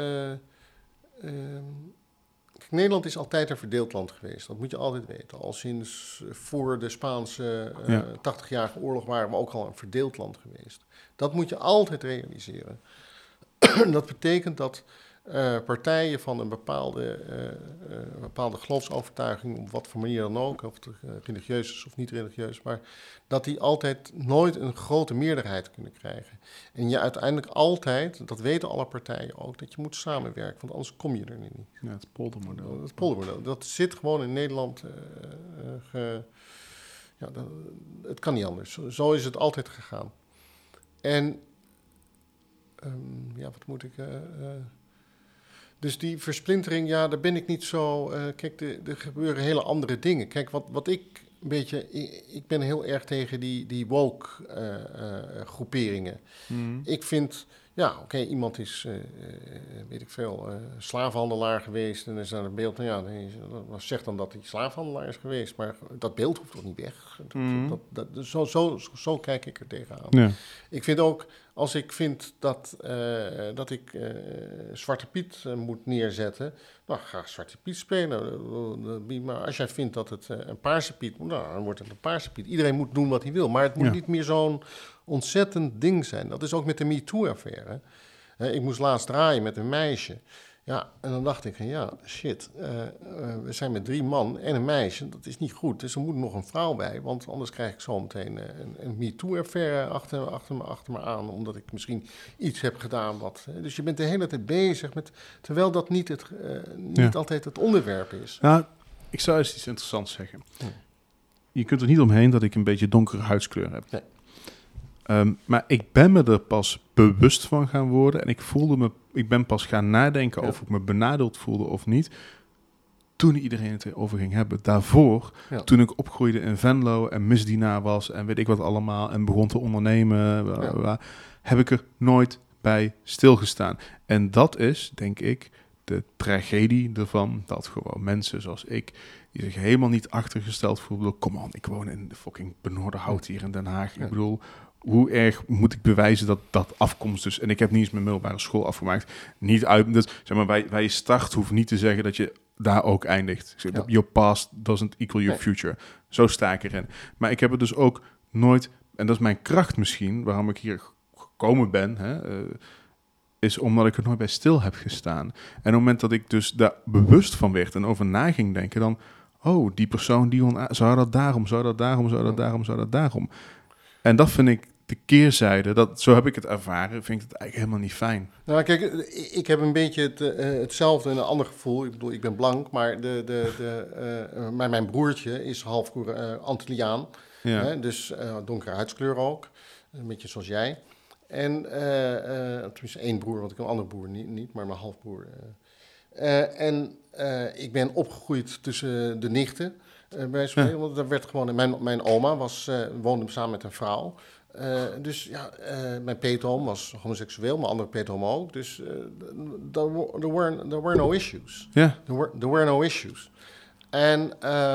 kijk, Nederland is altijd een verdeeld land geweest. Dat moet je altijd weten. Al sinds voor de Spaanse 80-jarige oorlog waren we ook al een verdeeld land geweest. Dat moet je altijd realiseren. Dat betekent dat partijen van een bepaalde geloofsovertuiging, op wat voor manier dan ook, of het religieus is of niet religieus, maar dat die altijd nooit een grote meerderheid kunnen krijgen. En je uiteindelijk altijd, dat weten alle partijen ook, dat je moet samenwerken, want anders kom je er niet. Ja, het poldermodel. Het poldermodel, dat zit gewoon in Nederland. Het kan niet anders. Zo is het altijd gegaan. En wat moet ik... Dus die versplintering, ja, daar ben ik niet zo... kijk, er gebeuren hele andere dingen. Kijk, wat ik een beetje... Ik ben heel erg tegen die woke groeperingen. Mm. Ik vind... Ja, oké, iemand is, weet ik veel, slaafhandelaar geweest. En er is dan een beeld, zegt dan dat hij slaafhandelaar is geweest. Maar dat beeld hoeft toch niet weg? Mm. Zo kijk ik er tegenaan. Ja. Ik vind ook, als ik vind dat ik Zwarte Piet moet neerzetten... Nou, ga Zwarte Piet spelen. Maar als jij vindt dat het een Paarse Piet moet, nou, dan wordt het een Paarse Piet. Iedereen moet doen wat hij wil. Maar het moet niet meer zo'n ontzettend ding zijn. Dat is ook met de MeToo-affaire. Ik moest laatst draaien met een meisje. Ja, en dan dacht ik van we zijn met 3 man en een meisje. Dat is niet goed. Dus er moet nog een vrouw bij. Want anders krijg ik zo meteen een MeToo-affaire achter me aan. Omdat ik misschien iets heb gedaan wat... Dus je bent de hele tijd bezig met... Terwijl dat niet altijd het onderwerp is. Nou, ik zou eens iets interessants zeggen. Je kunt er niet omheen dat ik een beetje donkere huidskleur heb. Nee. Maar ik ben me er pas bewust van gaan worden. En ik ben pas gaan nadenken of ik me benadeeld voelde of niet. Toen iedereen het erover ging hebben. Daarvoor, toen ik opgroeide in Venlo en misdienaar was en weet ik wat allemaal. En begon te ondernemen. Heb ik er nooit bij stilgestaan. En dat is, denk ik, de tragedie ervan. Dat gewoon mensen zoals ik, die zich helemaal niet achtergesteld voelen. Kom on, ik woon in de fucking Benoorderhout hier in Den Haag. Ik bedoel... Hoe erg moet ik bewijzen dat afkomst dus... En ik heb niet eens mijn middelbare school afgemaakt. Niet uit... Dus, zeg maar, bij je start hoeft niet te zeggen dat je daar ook eindigt. Your past doesn't equal your future. Zo sta ik erin. Maar ik heb het dus ook nooit... En dat is mijn kracht misschien, waarom ik hier gekomen ben... is omdat ik er nooit bij stil heb gestaan. En op het moment dat ik dus daar bewust van werd... en over na ging denken, dan... Oh, die persoon, zou dat daarom... En dat vind ik de keerzijde, zo heb ik het ervaren, vind ik het eigenlijk helemaal niet fijn. Nou kijk, ik heb een beetje hetzelfde en een ander gevoel. Ik bedoel, ik ben blank, maar maar mijn broertje is half Antilliaan. Ja. Hè, dus donkere huidskleur ook, een beetje zoals jij. En tenminste 1 broer, want ik heb een andere broer niet, maar mijn halfbroer. Ik ben opgegroeid tussen de nichten. Want daar werd gewoon... Mijn oma woonde samen met een vrouw. Dus mijn peetoom was homoseksueel, mijn andere peetoom ook. Dus there were no issues. Yeah. There were no issues. En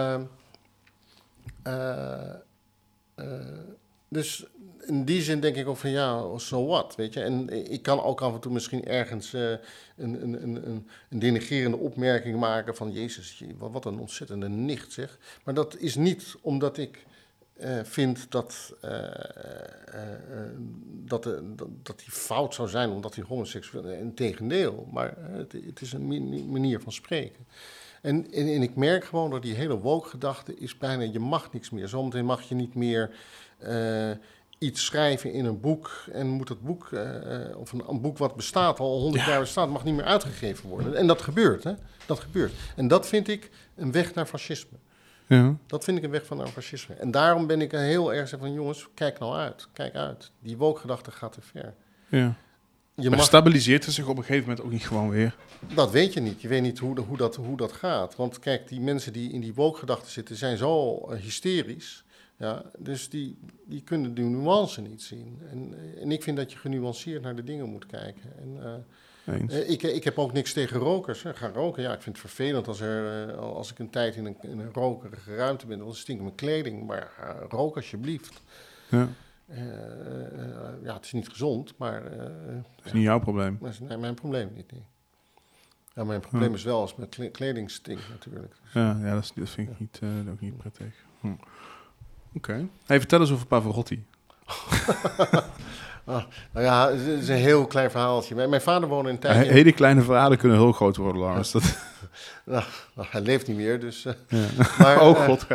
dus in die zin denk ik ook van so what, weet je. En ik kan ook af en toe misschien ergens een denigrerende opmerking maken van... Jezus, wat een ontzettende nicht, zeg. Maar dat is niet omdat ik vind dat die fout zou zijn omdat hij homoseksueel is. Integendeel, maar het is een manier van spreken. En ik merk gewoon dat die hele woke-gedachte is bijna... Je mag niks meer. Zometeen mag je niet meer... iets schrijven in een boek en moet het boek, of een boek wat bestaat, al 100 jaar bestaat, mag niet meer uitgegeven worden. En dat gebeurt, hè? Dat gebeurt. En dat vind ik een weg naar fascisme. Ja. Dat vind ik een weg naar fascisme. En daarom ben ik heel erg van, jongens, kijk nou uit. Kijk uit. Die woke-gedachte gaat te ver. Ja. Je Maar mag, stabiliseert het zich op een gegeven moment ook niet gewoon weer? dat weet je niet. Je weet niet hoe dat gaat. Want kijk, die mensen die in die woke-gedachten zitten, zijn zo hysterisch. Ja, dus die kunnen de nuance niet zien. En ik vind dat je genuanceerd naar de dingen moet kijken. En, Eens. ik heb ook niks tegen rokers. Ga roken. Ja, ik vind het vervelend als ik een tijd in een rokerige ruimte ben. Dan stinkt mijn kleding. Maar rook alsjeblieft. Ja. Ja, het is niet gezond, maar... Dat is niet jouw probleem. dat is mijn probleem niet. Nee. Ja, mijn probleem is wel als mijn kleding stinkt natuurlijk. Dus, Ja, dat vind ik niet, ook niet prettig. Oké. Hey, vertel eens over Pavarotti. nou ja, het is een heel klein verhaaltje. Mijn vader woonde een tijdje... Hele kleine verhalen kunnen heel groot worden, Lars. Dat... nou, hij leeft niet meer, dus... Ja. Maar, oh god.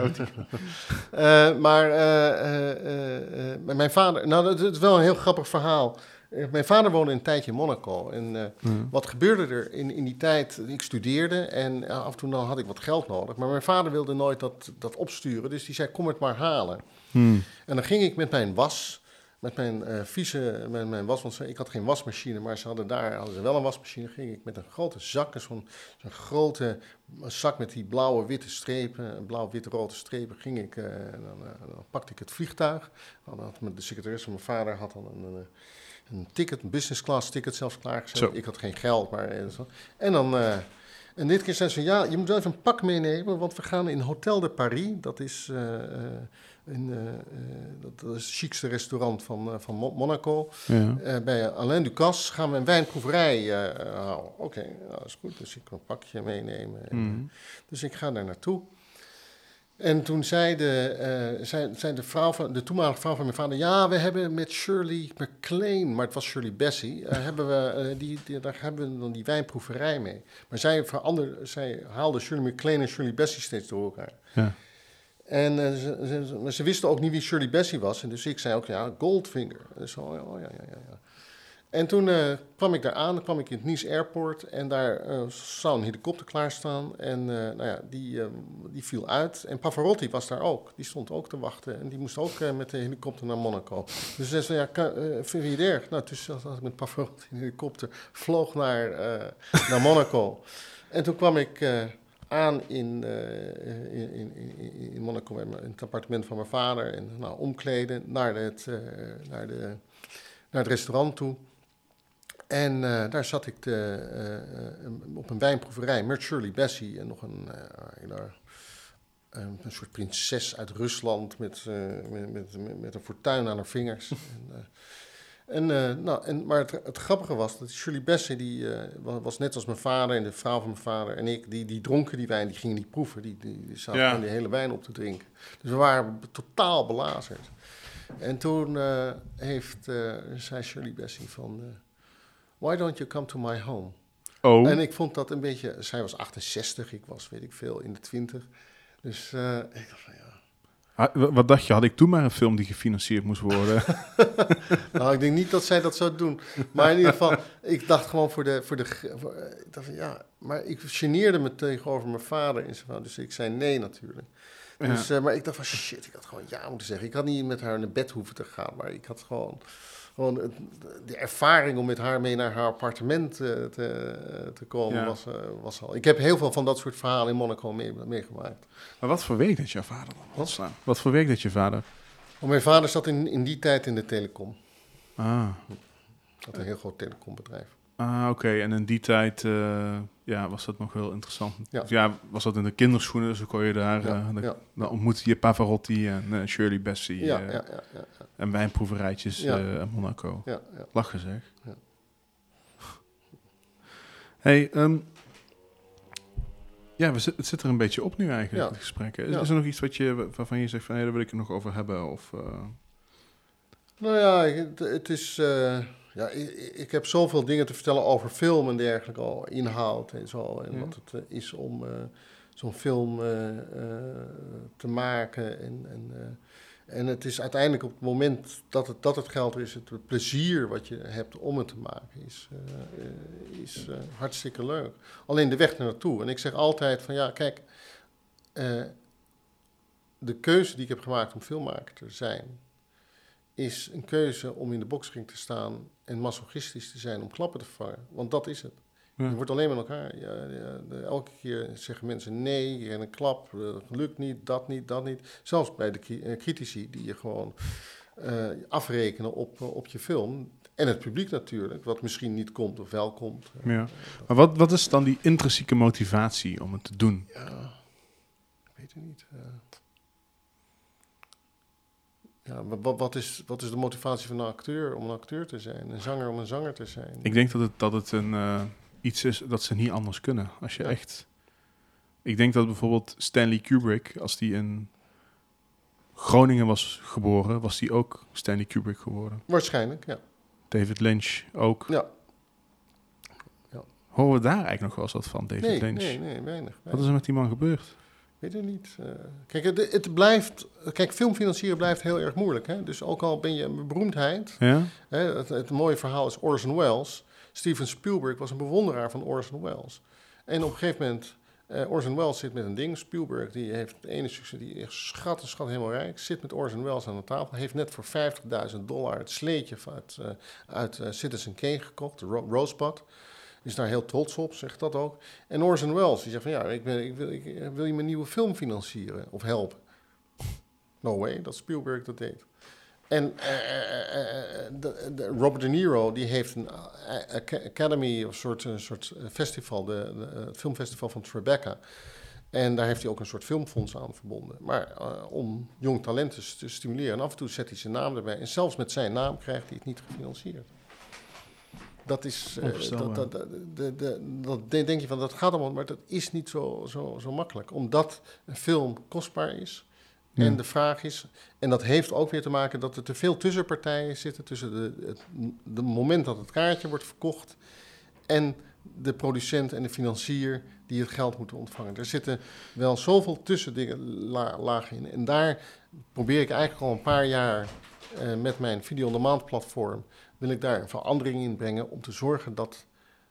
Mijn vader... Nou, dat is wel een heel grappig verhaal. Mijn vader woonde een tijdje in Monaco. En wat gebeurde er in die tijd? Ik studeerde en af en toe dan had ik wat geld nodig. Maar mijn vader wilde nooit dat opsturen. Dus die zei, kom het maar halen. En dan ging ik met mijn was... Met mijn was, want ik had geen wasmachine, maar ze hadden ze wel een wasmachine. Ging ik met een grote zak, zo'n grote zak met die blauwe-witte strepen, blauw-wit-rode strepen, ging ik, dan pakte ik het vliegtuig. Dan had de secretaresse van mijn vader had dan een ticket, een business class ticket zelfs klaargezet. Zo. Ik had geen geld, maar zo. En dan... En dit keer zei ze, ja, je moet wel even een pak meenemen, want we gaan in Hotel de Paris. Dat is dat is het chicste restaurant van Monaco. Ja. Bij Alain Ducasse gaan we een wijnproeverij houden. Oké, dat is goed, dus ik kan een pakje meenemen. Dus ik ga daar naartoe. En toen zei de toenmalige vrouw van mijn vader... Ja, we hebben met Shirley MacLaine, maar het was Shirley Bassey... daar hebben we dan die wijnproeverij mee. Maar zij haalde Shirley MacLaine en Shirley Bassey steeds door elkaar. Ja. En ze wisten ook niet wie Shirley Bassey was. En dus ik zei ook, ja, Goldfinger. Dus zo, ja. En toen kwam ik daar aan, dan kwam ik in het Nice Airport en daar zou een helikopter klaarstaan. En die viel uit. En Pavarotti was daar ook, die stond ook te wachten. En die moest ook met de helikopter naar Monaco. Dus ze zei, vind je het erg? Nou, dus als ik met Pavarotti in de helikopter vloog naar Monaco. En toen kwam ik aan in Monaco, in het appartement van mijn vader. En omkleden naar het restaurant toe. En daar zat ik op een wijnproeverij met Shirley Bassey en nog een soort prinses uit Rusland met een fortuin aan haar vingers. Maar het grappige was dat Shirley Bassey, die was net als mijn vader en de vrouw van mijn vader en ik, die dronken die wijn, die gingen niet proeven. Die zaten gewoon die hele wijn op te drinken. Dus we waren totaal belazerd. En toen zei Shirley Bassey van... Why don't you come to my home? Oh. En ik vond dat een beetje... Zij was 68, ik was, weet ik veel, in de 20. Dus ik dacht van ja... Wat dacht je? Had ik toen maar een film die gefinancierd moest worden? Nou, ik denk niet dat zij dat zou doen. Maar in ieder geval, ik dacht gewoon ik dacht van ja... Maar ik geneerde me tegenover mijn vader en zo. Dus ik zei nee natuurlijk. Dus, Ja. maar ik dacht van shit, ik had gewoon ja moeten zeggen. Ik had niet met haar naar bed hoeven te gaan, maar ik had gewoon de ervaring om met haar mee naar haar appartement te komen was al. Ik heb heel veel van dat soort verhalen in Monaco meegemaakt. Maar wat voor week dat je vader dan was? Wat voor week dat je vader? Want mijn vader zat in die tijd in de telecom. Ah. Dat een heel groot telecombedrijf. Ah, oké. En in die tijd was dat nog heel interessant. Ja. Dus ja, was dat in de kinderschoenen, dus dan kon je daar... Dan ontmoette je Pavarotti en Shirley Bassey en wijnproeverijtjes in Monaco. Ja. Lachen zeg. Ja. Hey, het zit er een beetje op nu eigenlijk, het gesprek. Is er nog iets waarvan je zegt van, daar wil ik het nog over hebben? Of, Nou ja, het is... ik heb zoveel dingen te vertellen over film en dergelijke, al inhoud en zo. En wat het is om zo'n film te maken. En het is uiteindelijk op het moment dat het geld is, het plezier wat je hebt om het te maken, is hartstikke leuk. Alleen de weg naartoe. En ik zeg altijd van ja, kijk, de keuze die ik heb gemaakt om filmmaker te zijn, is een keuze om in de boksring te staan en masochistisch te zijn om klappen te vangen. Want dat is het. Ja. Je wordt alleen met elkaar. Elke keer zeggen mensen nee, en een klap, lukt niet, dat niet, dat niet. Zelfs bij de critici die je gewoon afrekenen op je film. En het publiek natuurlijk, wat misschien niet komt of wel komt. Ja. Maar wat is dan die intrinsieke motivatie om het te doen? Ja, ik weet het niet. Wat is de motivatie van een acteur om een acteur te zijn? Een zanger om een zanger te zijn? Ik denk dat het iets is dat ze niet anders kunnen. Als je echt... Ik denk dat bijvoorbeeld Stanley Kubrick, als die in Groningen was geboren, was die ook Stanley Kubrick geworden. Waarschijnlijk, ja. David Lynch ook. Ja. Horen we daar eigenlijk nog wel eens wat van, David Lynch? Nee, weinig. Wat is er met die man gebeurd? Weet het niet. Kijk, het blijft... Kijk, film financieren blijft heel erg moeilijk. Hè? Dus ook al ben je een beroemdheid... Ja? Het mooie verhaal is Orson Welles. Steven Spielberg was een bewonderaar van Orson Welles. En op een gegeven moment... Orson Welles zit met een ding. Spielberg die heeft het ene succes... Die is schat helemaal rijk. Zit met Orson Welles aan de tafel. Heeft net voor $50.000 het sleetje uit Citizen Kane gekocht. Rosebud. Is daar heel trots op, zegt dat ook. En Orson Welles, die zegt van ja, wil je mijn nieuwe film financieren of helpen? No way, dat Spielberg dat deed. En Robert De Niro, die heeft een Academy, of een soort festival, het filmfestival van Tribeca. En daar heeft hij ook een soort filmfonds aan verbonden. Maar om jong talenten te stimuleren. En af en toe zet hij zijn naam erbij. En zelfs met zijn naam krijgt hij het niet gefinancierd. Dat is, dat denk je van, dat gaat allemaal, maar dat is niet zo makkelijk. Omdat een film kostbaar is en de vraag is, en dat heeft ook weer te maken dat er te veel tussenpartijen zitten tussen de moment dat het kaartje wordt verkocht en de producent en de financier die het geld moeten ontvangen. Er zitten wel zoveel tussenlagen in. En daar probeer ik eigenlijk al een paar jaar met mijn video-on-demand platform wil ik daar een verandering in brengen om te zorgen dat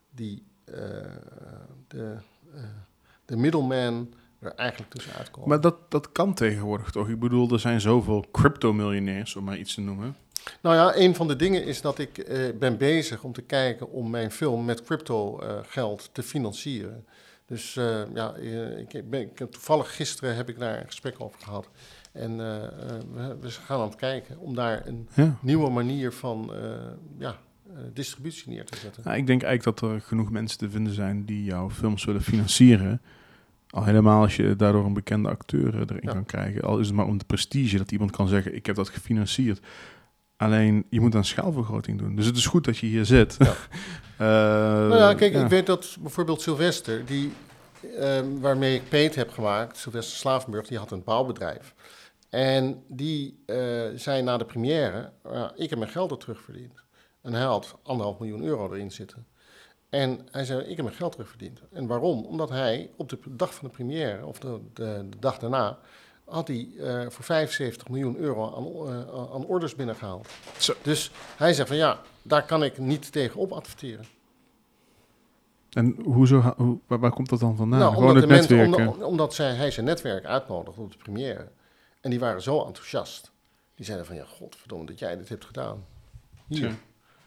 de middleman er eigenlijk tussenuit komt. Maar dat kan tegenwoordig toch? Ik bedoel, er zijn zoveel crypto-miljonairs, om maar iets te noemen. Nou ja, een van de dingen is dat ik ben bezig om te kijken om mijn film met crypto geld te financieren. Dus toevallig gisteren heb ik daar een gesprek over gehad. En we gaan aan het kijken om daar een nieuwe manier van distributie neer te zetten. Nou, ik denk eigenlijk dat er genoeg mensen te vinden zijn die jouw films willen financieren. Al helemaal als je daardoor een bekende acteur erin kan krijgen. Al is het maar om de prestige dat iemand kan zeggen, ik heb dat gefinancierd. Alleen, je moet een schaalvergroting doen. Dus het is goed dat je hier zit. Ja. Ik weet dat bijvoorbeeld Sylvester, waarmee ik Peet heb gemaakt, Sylvester Slavenburg, die had een bouwbedrijf. En die zei na de première, ik heb mijn geld er terugverdiend. En hij had €1,5 miljoen erin zitten. En hij zei, ik heb mijn geld terugverdiend. En waarom? Omdat hij op de dag van de première, of de dag daarna, had hij voor €75 miljoen aan orders binnengehaald. Zo. Dus hij zei van ja, daar kan ik niet tegen op adverteren. En waar komt dat dan vandaan? Nou, gewoon het netwerken? Omdat hij zijn netwerk uitnodigde op de première. En die waren zo enthousiast. Die zeiden van ja, godverdomme dat jij dit hebt gedaan. Hier. Tja.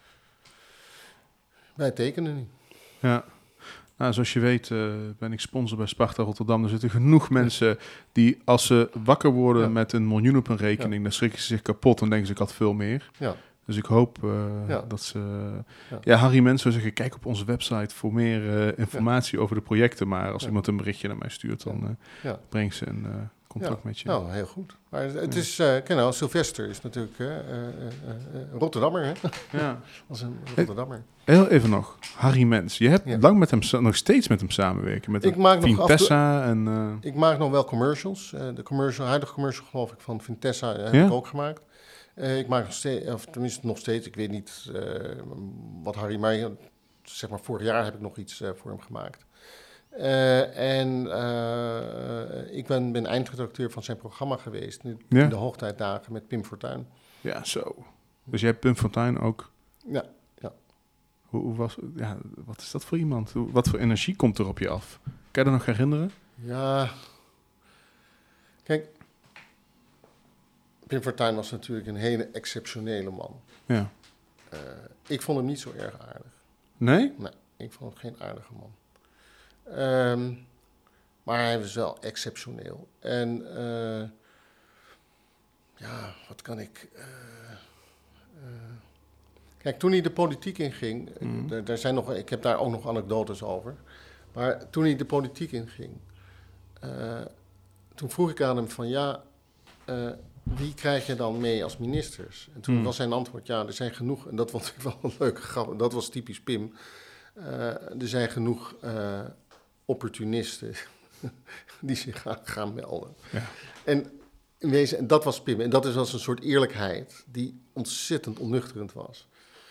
Wij tekenen niet. Ja. Nou, zoals je weet ben ik sponsor bij Sparta Rotterdam. Er zitten genoeg mensen die als ze wakker worden met $1 miljoen op een rekening, dan schrikken ze zich kapot en denken ze ik had veel meer. Ja. Dus ik hoop dat ze... Ja, Harry Mens zou zeggen, kijk op onze website voor meer informatie over de projecten. Maar als iemand een berichtje naar mij stuurt, dan breng ze in contact met je. Nou, heel goed. Maar het is... Sylvester is natuurlijk Rotterdammer, hè? Ja. Als een Rotterdammer. Heel even nog. Harry Mens. Je hebt lang met hem, nog steeds met hem samenwerken. Met Vintessa en... Ik maak nog wel commercials. De huidige commercial, geloof ik, van Vintessa heb ik ook gemaakt. Ik maak nog steeds, of tenminste nog steeds, ik weet niet wat Harry, maar zeg maar vorig jaar heb ik nog iets voor hem gemaakt. Ik ben eindredacteur van zijn programma geweest, in de hoogtijdagen met Pim Fortuyn. Ja, zo. Dus jij hebt Pim Fortuyn ook? Ja. Wat is dat voor iemand? Wat voor energie komt er op je af? Kan je dat nog herinneren? Ja, kijk... Pim Fortuyn was natuurlijk een hele exceptionele man. Ja. Ik vond hem niet zo erg aardig. Nee? Nee, ik vond hem geen aardige man. Maar hij was wel exceptioneel. En wat kan ik... Kijk, toen hij de politiek inging... Er zijn ik heb daar ook nog anekdotes over. Maar toen hij de politiek inging... toen vroeg ik aan hem van... wie krijg je dan mee als ministers? En toen was zijn antwoord... ja, er zijn genoeg... en dat vond ik wel een leuke grap. Dat was typisch Pim. Er zijn genoeg opportunisten... die zich gaan melden. Ja. En in wezen, en dat was Pim. En dat is als een soort eerlijkheid... die ontzettend onnuchterend was.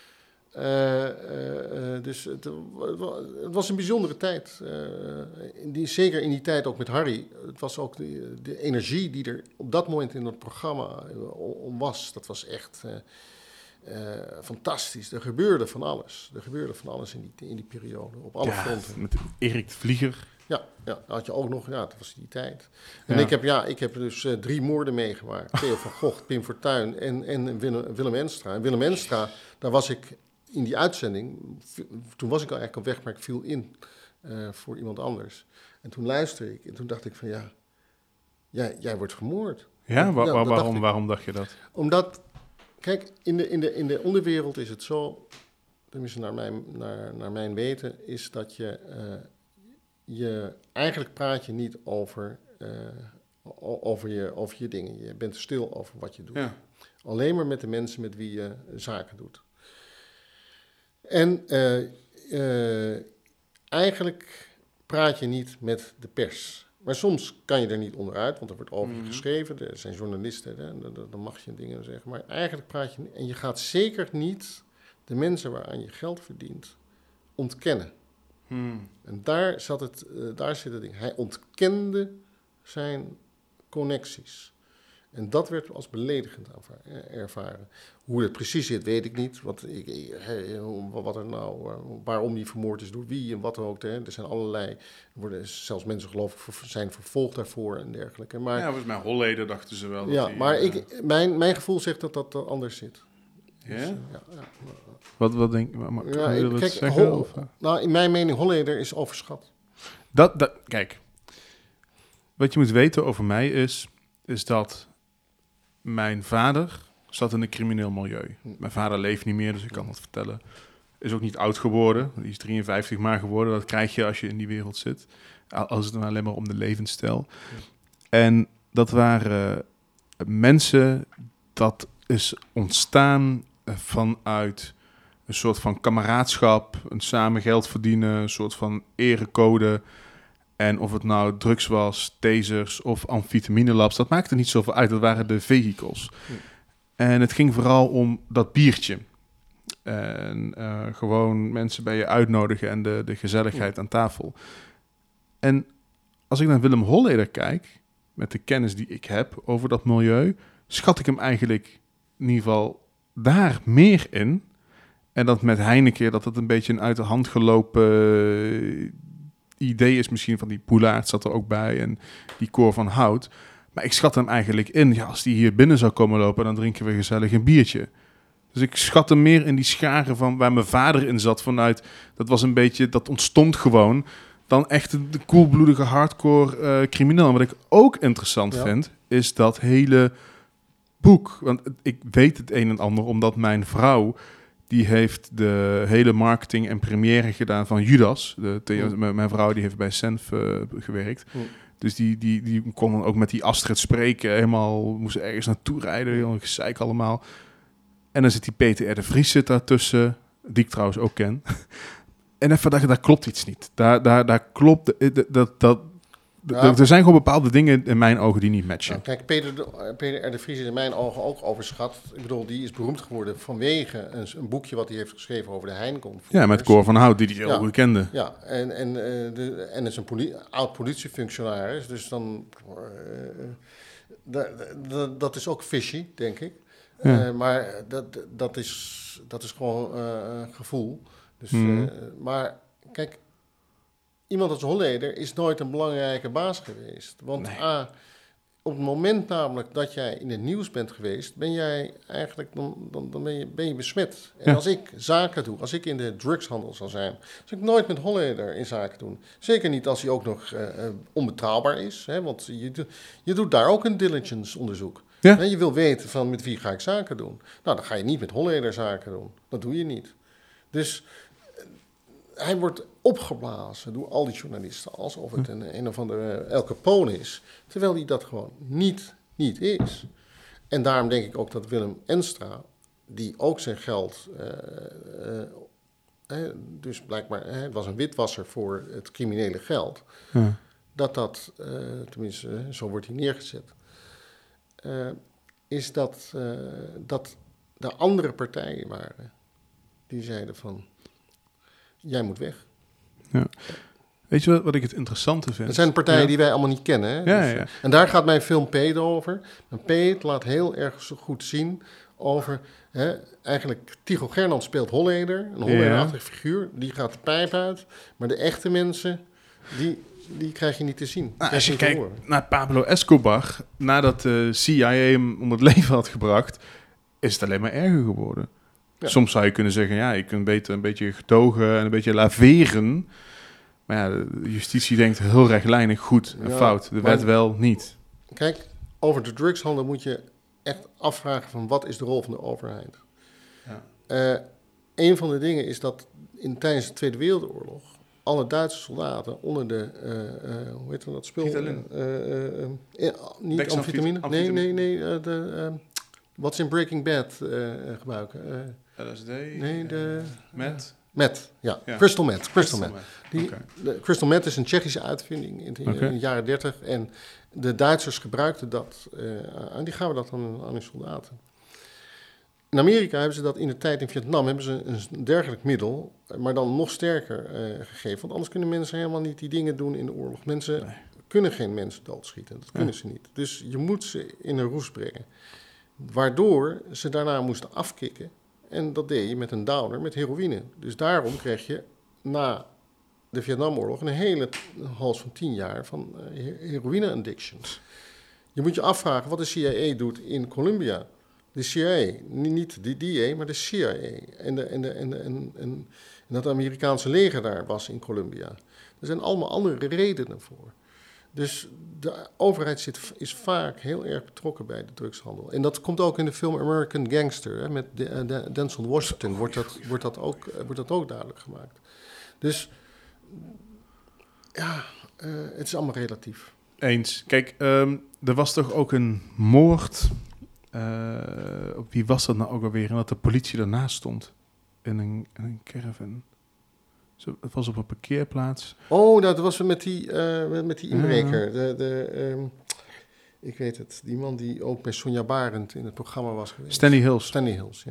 Dus het was een bijzondere tijd. Zeker in die tijd ook met Harry. Het was ook de energie die er op dat moment in het programma om was. Dat was echt fantastisch. Er gebeurde van alles. In die periode. Op alle fronten. Met Erik de Vlieger. Ja, dat had je ook nog. Ja, dat was die tijd. En ik heb dus 3 moorden meegemaakt. Theo van Gogh, Pim Fortuyn en Willem Enstra. En Willem Enstra, daar was ik in die uitzending... Toen was ik al eigenlijk op weg, maar ik viel in voor iemand anders. En toen luisterde ik en toen dacht ik van jij wordt vermoord. Ja, waarom dacht je dat? Omdat, kijk, in de onderwereld is het zo... tenminste naar mijn weten... is dat je eigenlijk praat je niet over je dingen. Je bent stil over wat je doet. Ja. Alleen maar met de mensen met wie je zaken doet. En eigenlijk praat je niet met de pers. Maar soms kan je er niet onderuit, want er wordt over je geschreven. Er zijn journalisten, dan mag je dingen zeggen. Maar eigenlijk praat je... En je gaat zeker niet de mensen waaraan je geld verdient ontkennen. En daar zit het ding. Hij ontkende zijn connecties. En dat werd als beledigend ervaren. Hoe het precies zit, weet ik niet. Waarom die vermoord is, door wie en wat dan ook. Er zijn allerlei... zelfs mensen geloof ik zijn vervolgd daarvoor en dergelijke. Maar, ja, volgens mij Holleder dachten ze wel. Ja, mijn gevoel zegt dat dat anders zit. Ja? Dus, Wat denk je? Kijk, zeggen? In mijn mening, Holleder is overschat. Kijk, wat je moet weten over mij is dat mijn vader zat in een crimineel milieu. Mijn vader leeft niet meer, dus ik kan dat vertellen. Is ook niet oud geworden. Die is 53 maar geworden. Dat krijg je als je in die wereld zit. Als het dan alleen maar om de levensstijl. En dat waren mensen... Dat is ontstaan vanuit een soort van kameraadschap, een samen geld verdienen, een soort van erecode. En of het nou drugs was, tasers of amfetaminelabs, dat maakte niet zoveel uit. Dat waren de vehicles. En het ging vooral om dat biertje. En gewoon mensen bij je uitnodigen en de gezelligheid aan tafel. En als ik naar Willem Holleder kijk, met de kennis die ik heb over dat milieu, schat ik hem eigenlijk in ieder geval daar meer in. En dat met Heineken, dat het een beetje een uit de hand gelopen idee is misschien van die Poelaert zat er ook bij en die Cor van Hout. Maar ik schat hem eigenlijk in, ja, als die hier binnen zou komen lopen, dan drinken we gezellig een biertje. Dus ik schat hem meer in die scharen van waar mijn vader in zat vanuit, dat was een beetje, dat ontstond gewoon, dan echt de koelbloedige hardcore crimineel. En wat ik ook interessant vind, is dat hele boek. Want ik weet het een en ander, omdat mijn vrouw, die heeft de hele marketing en première gedaan van Judas. Mijn vrouw die heeft bij Senf gewerkt. Dus die kon dan ook met die Astrid spreken. Helemaal, moest ergens naartoe rijden. Heel gezeik allemaal. En dan zit die Peter R. de Vries zit daartussen. Die ik trouwens ook ken. En even dacht, daar klopt iets niet. Daar klopt... Er zijn gewoon bepaalde dingen in mijn ogen die niet matchen. Nou, kijk, Peter R. de Vries is in mijn ogen ook overschat. Ik bedoel, die is beroemd geworden vanwege een boekje wat hij heeft geschreven over de Heineken. Ja, met Cor van Hout, die hij heel goed kende. Ja, en is een oud politiefunctionaris. Dus dan... dat is ook fishy, denk ik. Ja. Maar dat is gewoon gevoel. Dus, maar kijk... Iemand als Holleder is nooit een belangrijke baas geweest. Want op het moment namelijk dat jij in het nieuws bent geweest, ben jij eigenlijk, dan ben je besmet. En als ik zaken doe, als ik in de drugshandel zal zijn, zal ik nooit met Holleder in zaken doen. Zeker niet als hij ook nog onbetrouwbaar is, hè, want je doet daar ook een diligence onderzoek. Ja. Je wil weten van met wie ga ik zaken doen. Nou, dan ga je niet met Holleder zaken doen. Dat doe je niet. Dus hij wordt opgeblazen door al die journalisten alsof het een of andere El Capone is. Terwijl hij dat gewoon niet is. En daarom denk ik ook dat Willem Enstra, die ook zijn geld, dus blijkbaar, het was een witwasser voor het criminele geld, dat tenminste zo wordt hij neergezet, is dat er andere partijen waren die zeiden van, jij moet weg. Ja. Weet je wat ik het interessante vind? Dat zijn partijen die wij allemaal niet kennen. Hè? Ja, Dus, ja. En daar gaat mijn film Peet over. En Peet laat heel erg zo goed zien over... eigenlijk Tycho Gernand speelt Holleder. Een Holleder-achtige figuur. Die gaat de pijp uit. Maar de echte mensen, die krijg je niet te zien. Nou, als je kijkt naar Pablo Escobar, nadat de CIA hem om het leven had gebracht, is het alleen maar erger geworden. Ja. Soms zou je kunnen zeggen, ja, je kunt beter een beetje gedogen en een beetje laveren. Maar ja, de justitie denkt heel rechtlijnig goed en fout. De wet wel niet. Kijk, over de drugshandel moet je echt afvragen van wat is de rol van de overheid. Ja. Een van de dingen is dat tijdens de Tweede Wereldoorlog alle Duitse soldaten onder de, hoe heet dat spul? Niet amfetamine? Nee. Wat ze in Breaking Bad gebruiken. LSD? Nee, Meth? Crystal meth. Crystal meth is een Tsjechische uitvinding in de jaren 30. En de Duitsers gebruikten dat. En die gaven dat aan hun soldaten. In Amerika hebben ze dat in de tijd in Vietnam hebben ze een dergelijk middel, maar dan nog sterker gegeven. Want anders kunnen mensen helemaal niet die dingen doen in de oorlog. Mensen kunnen geen mensen doodschieten. Dat kunnen ze niet. Dus je moet ze in een roes brengen. Waardoor ze daarna moesten afkicken. En dat deed je met een downer, met heroïne. Dus daarom kreeg je na de Vietnamoorlog een hele hals van 10 jaar van heroïne-addictions. Je moet je afvragen wat de CIA doet in Colombia. De CIA, niet de DEA, maar de CIA. En dat Amerikaanse leger daar was in Colombia. Er zijn allemaal andere redenen voor. Dus de overheid is vaak heel erg betrokken bij de drugshandel. En dat komt ook in de film American Gangster. Hè, met Denzel Washington wordt dat ook duidelijk gemaakt. Dus ja, het is allemaal relatief. Eens. Kijk, er was toch ook een moord. Op wie was dat nou ook alweer? En dat de politie ernaast stond. In een caravan. Het was op een parkeerplaats. Oh, dat was met die inbreker. Ik weet het. Die man die ook bij Sonja Barend in het programma was geweest. Stanley Hills. Stanley Hills.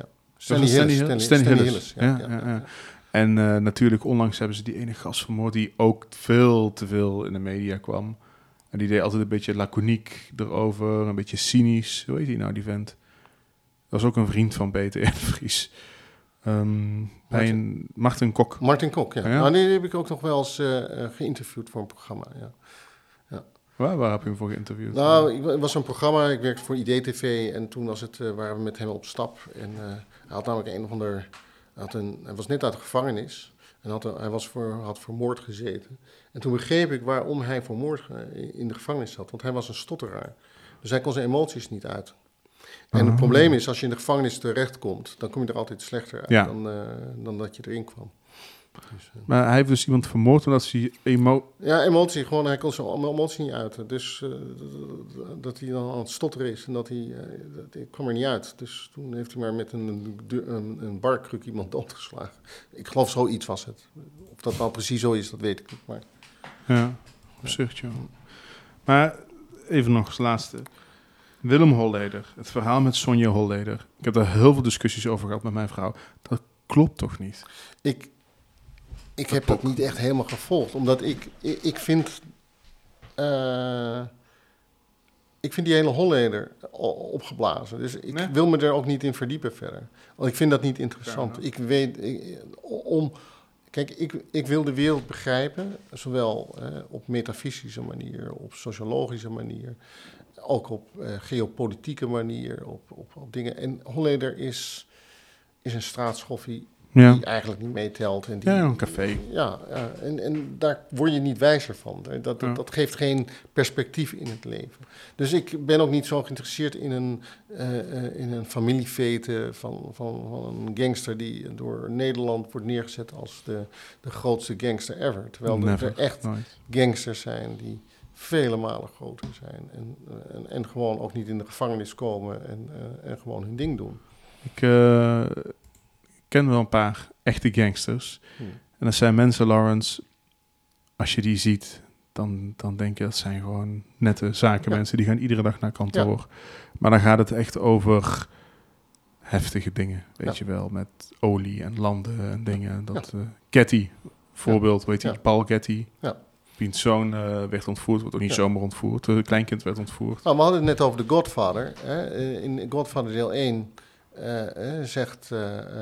Ja. En natuurlijk onlangs hebben ze die ene gast vermoord die ook veel te veel in de media kwam. En die deed altijd een beetje laconiek erover, een beetje cynisch. Hoe heet die nou, die vent? Dat was ook een vriend van Peter R. de Vries. Martin Kok. Martin Kok, ja. Nou, die heb ik ook nog wel eens geïnterviewd voor een programma, ja. Waar heb je hem voor geïnterviewd? Nou, het was een programma, ik werkte voor IDTV en toen waren we met hem op stap. En hij had namelijk hij was net uit de gevangenis en hij had voor moord gezeten. En toen begreep ik waarom hij voor moord in de gevangenis zat, want hij was een stotteraar. Dus hij kon zijn emoties niet uiten. En het probleem is, als je in de gevangenis terechtkomt, dan kom je er altijd slechter uit dan dat je erin kwam. Dus, maar hij heeft dus iemand vermoord omdat hij emotie, gewoon, hij kon zijn emotie niet uiten. Dus dat hij dan aan het stotteren is en dat kwam er niet uit. Dus toen heeft hij maar met een barkruk iemand doodgeslagen. Ik geloof zoiets was het. Of dat nou precies zo is, dat weet ik niet. Maar... Ja, absurd, joh. Maar even nog als laatste. Willem Holleder, het verhaal met Sonja Holleder. Ik heb daar heel veel discussies over gehad met mijn vrouw. Dat klopt toch niet? Ik heb dat niet echt helemaal gevolgd, omdat ik vind die hele Holleder opgeblazen. Dus ik wil me er ook niet in verdiepen verder. Want ik vind dat niet interessant. Ik weet, om Kijk, ik wil de wereld begrijpen, zowel op metafysische manier, op sociologische manier, ook op geopolitieke manier, op dingen. En Holleder is een straatschoffie die eigenlijk niet meetelt. En die, een café. Ja, en daar word je niet wijzer van. Dat geeft geen perspectief in het leven. Dus ik ben ook niet zo geïnteresseerd in een familiefete van een gangster die door Nederland wordt neergezet als de grootste gangster ever. Terwijl er echt gangsters zijn die vele malen groter zijn. En gewoon ook niet in de gevangenis komen en gewoon hun ding doen. Ik ken wel een paar echte gangsters. En dat zijn mensen, Lawrence, als je die ziet, dan denk je dat zijn gewoon nette zakenmensen. Die gaan iedere dag naar kantoor. Ja. Maar dan gaat het echt over heftige dingen, weet je wel. Met olie en landen en dingen. Getty, voorbeeld, weet je, Paul Getty. Ja. Wiens zoon werd ontvoerd, wordt ook niet zomaar ontvoerd. Een kleinkind werd ontvoerd. Nou, we hadden het net over The Godfather. In Godfather deel 1 zegt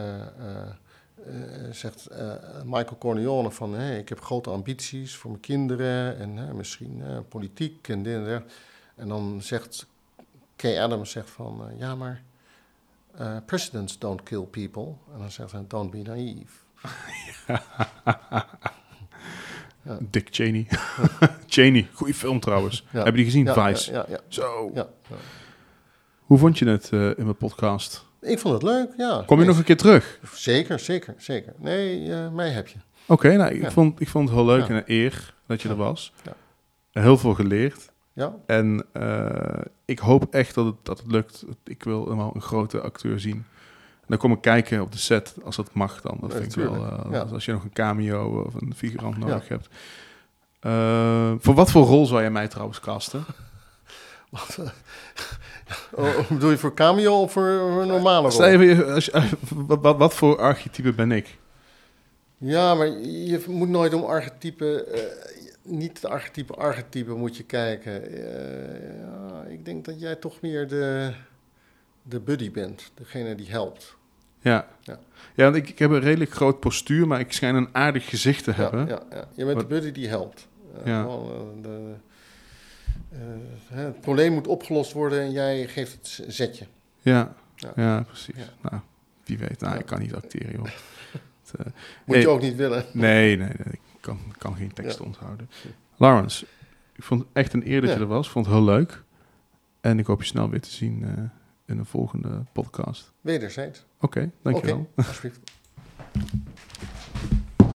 Michael Corleone van... ik heb grote ambities voor mijn kinderen en misschien politiek en dit en dat. En dan zegt Kay Adams van... ja, maar presidents don't kill people. En dan zegt hij, don't be naive. Ja. Dick Cheney. Cheney, goeie film trouwens. Ja. Heb je die gezien, Vice? Ja. Zo. Ja. Hoe vond je het in mijn podcast? Ik vond het leuk, ja. Kom je nog een keer terug? Zeker. Nee, mij heb je. Oké, ik vond het heel leuk en een eer dat je er was. Ja. Heel veel geleerd. Ja. En ik hoop echt dat het lukt. Ik wil helemaal een grote acteur zien. Dan kom ik kijken op de set, als dat mag dan. Dat vind ik wel. Als je nog een cameo of een figurant nodig hebt. Voor wat voor rol zou jij mij trouwens casten? Bedoel je voor cameo of voor een normale rol? Even, wat voor archetype ben ik? Ja, maar je moet nooit om archetype... niet de archetype moet je kijken. Ik denk dat jij toch meer de buddy bent. Degene die helpt. Ja, want ik heb een redelijk groot postuur, maar ik schijn een aardig gezicht te hebben. Ja. Je bent de buddy die helpt. Het probleem moet opgelost worden en jij geeft het zetje. Ja, precies. Ja. Nou, wie weet. Ik kan niet acteren, joh. Moet je ook niet willen. Nee. Ik kan geen tekst onthouden. Lawrence, ik vond het echt een eer dat je er was. Ik vond het heel leuk. En ik hoop je snel weer te zien in een volgende podcast. Wederzijds. Oké, dankjewel. Alsjeblieft.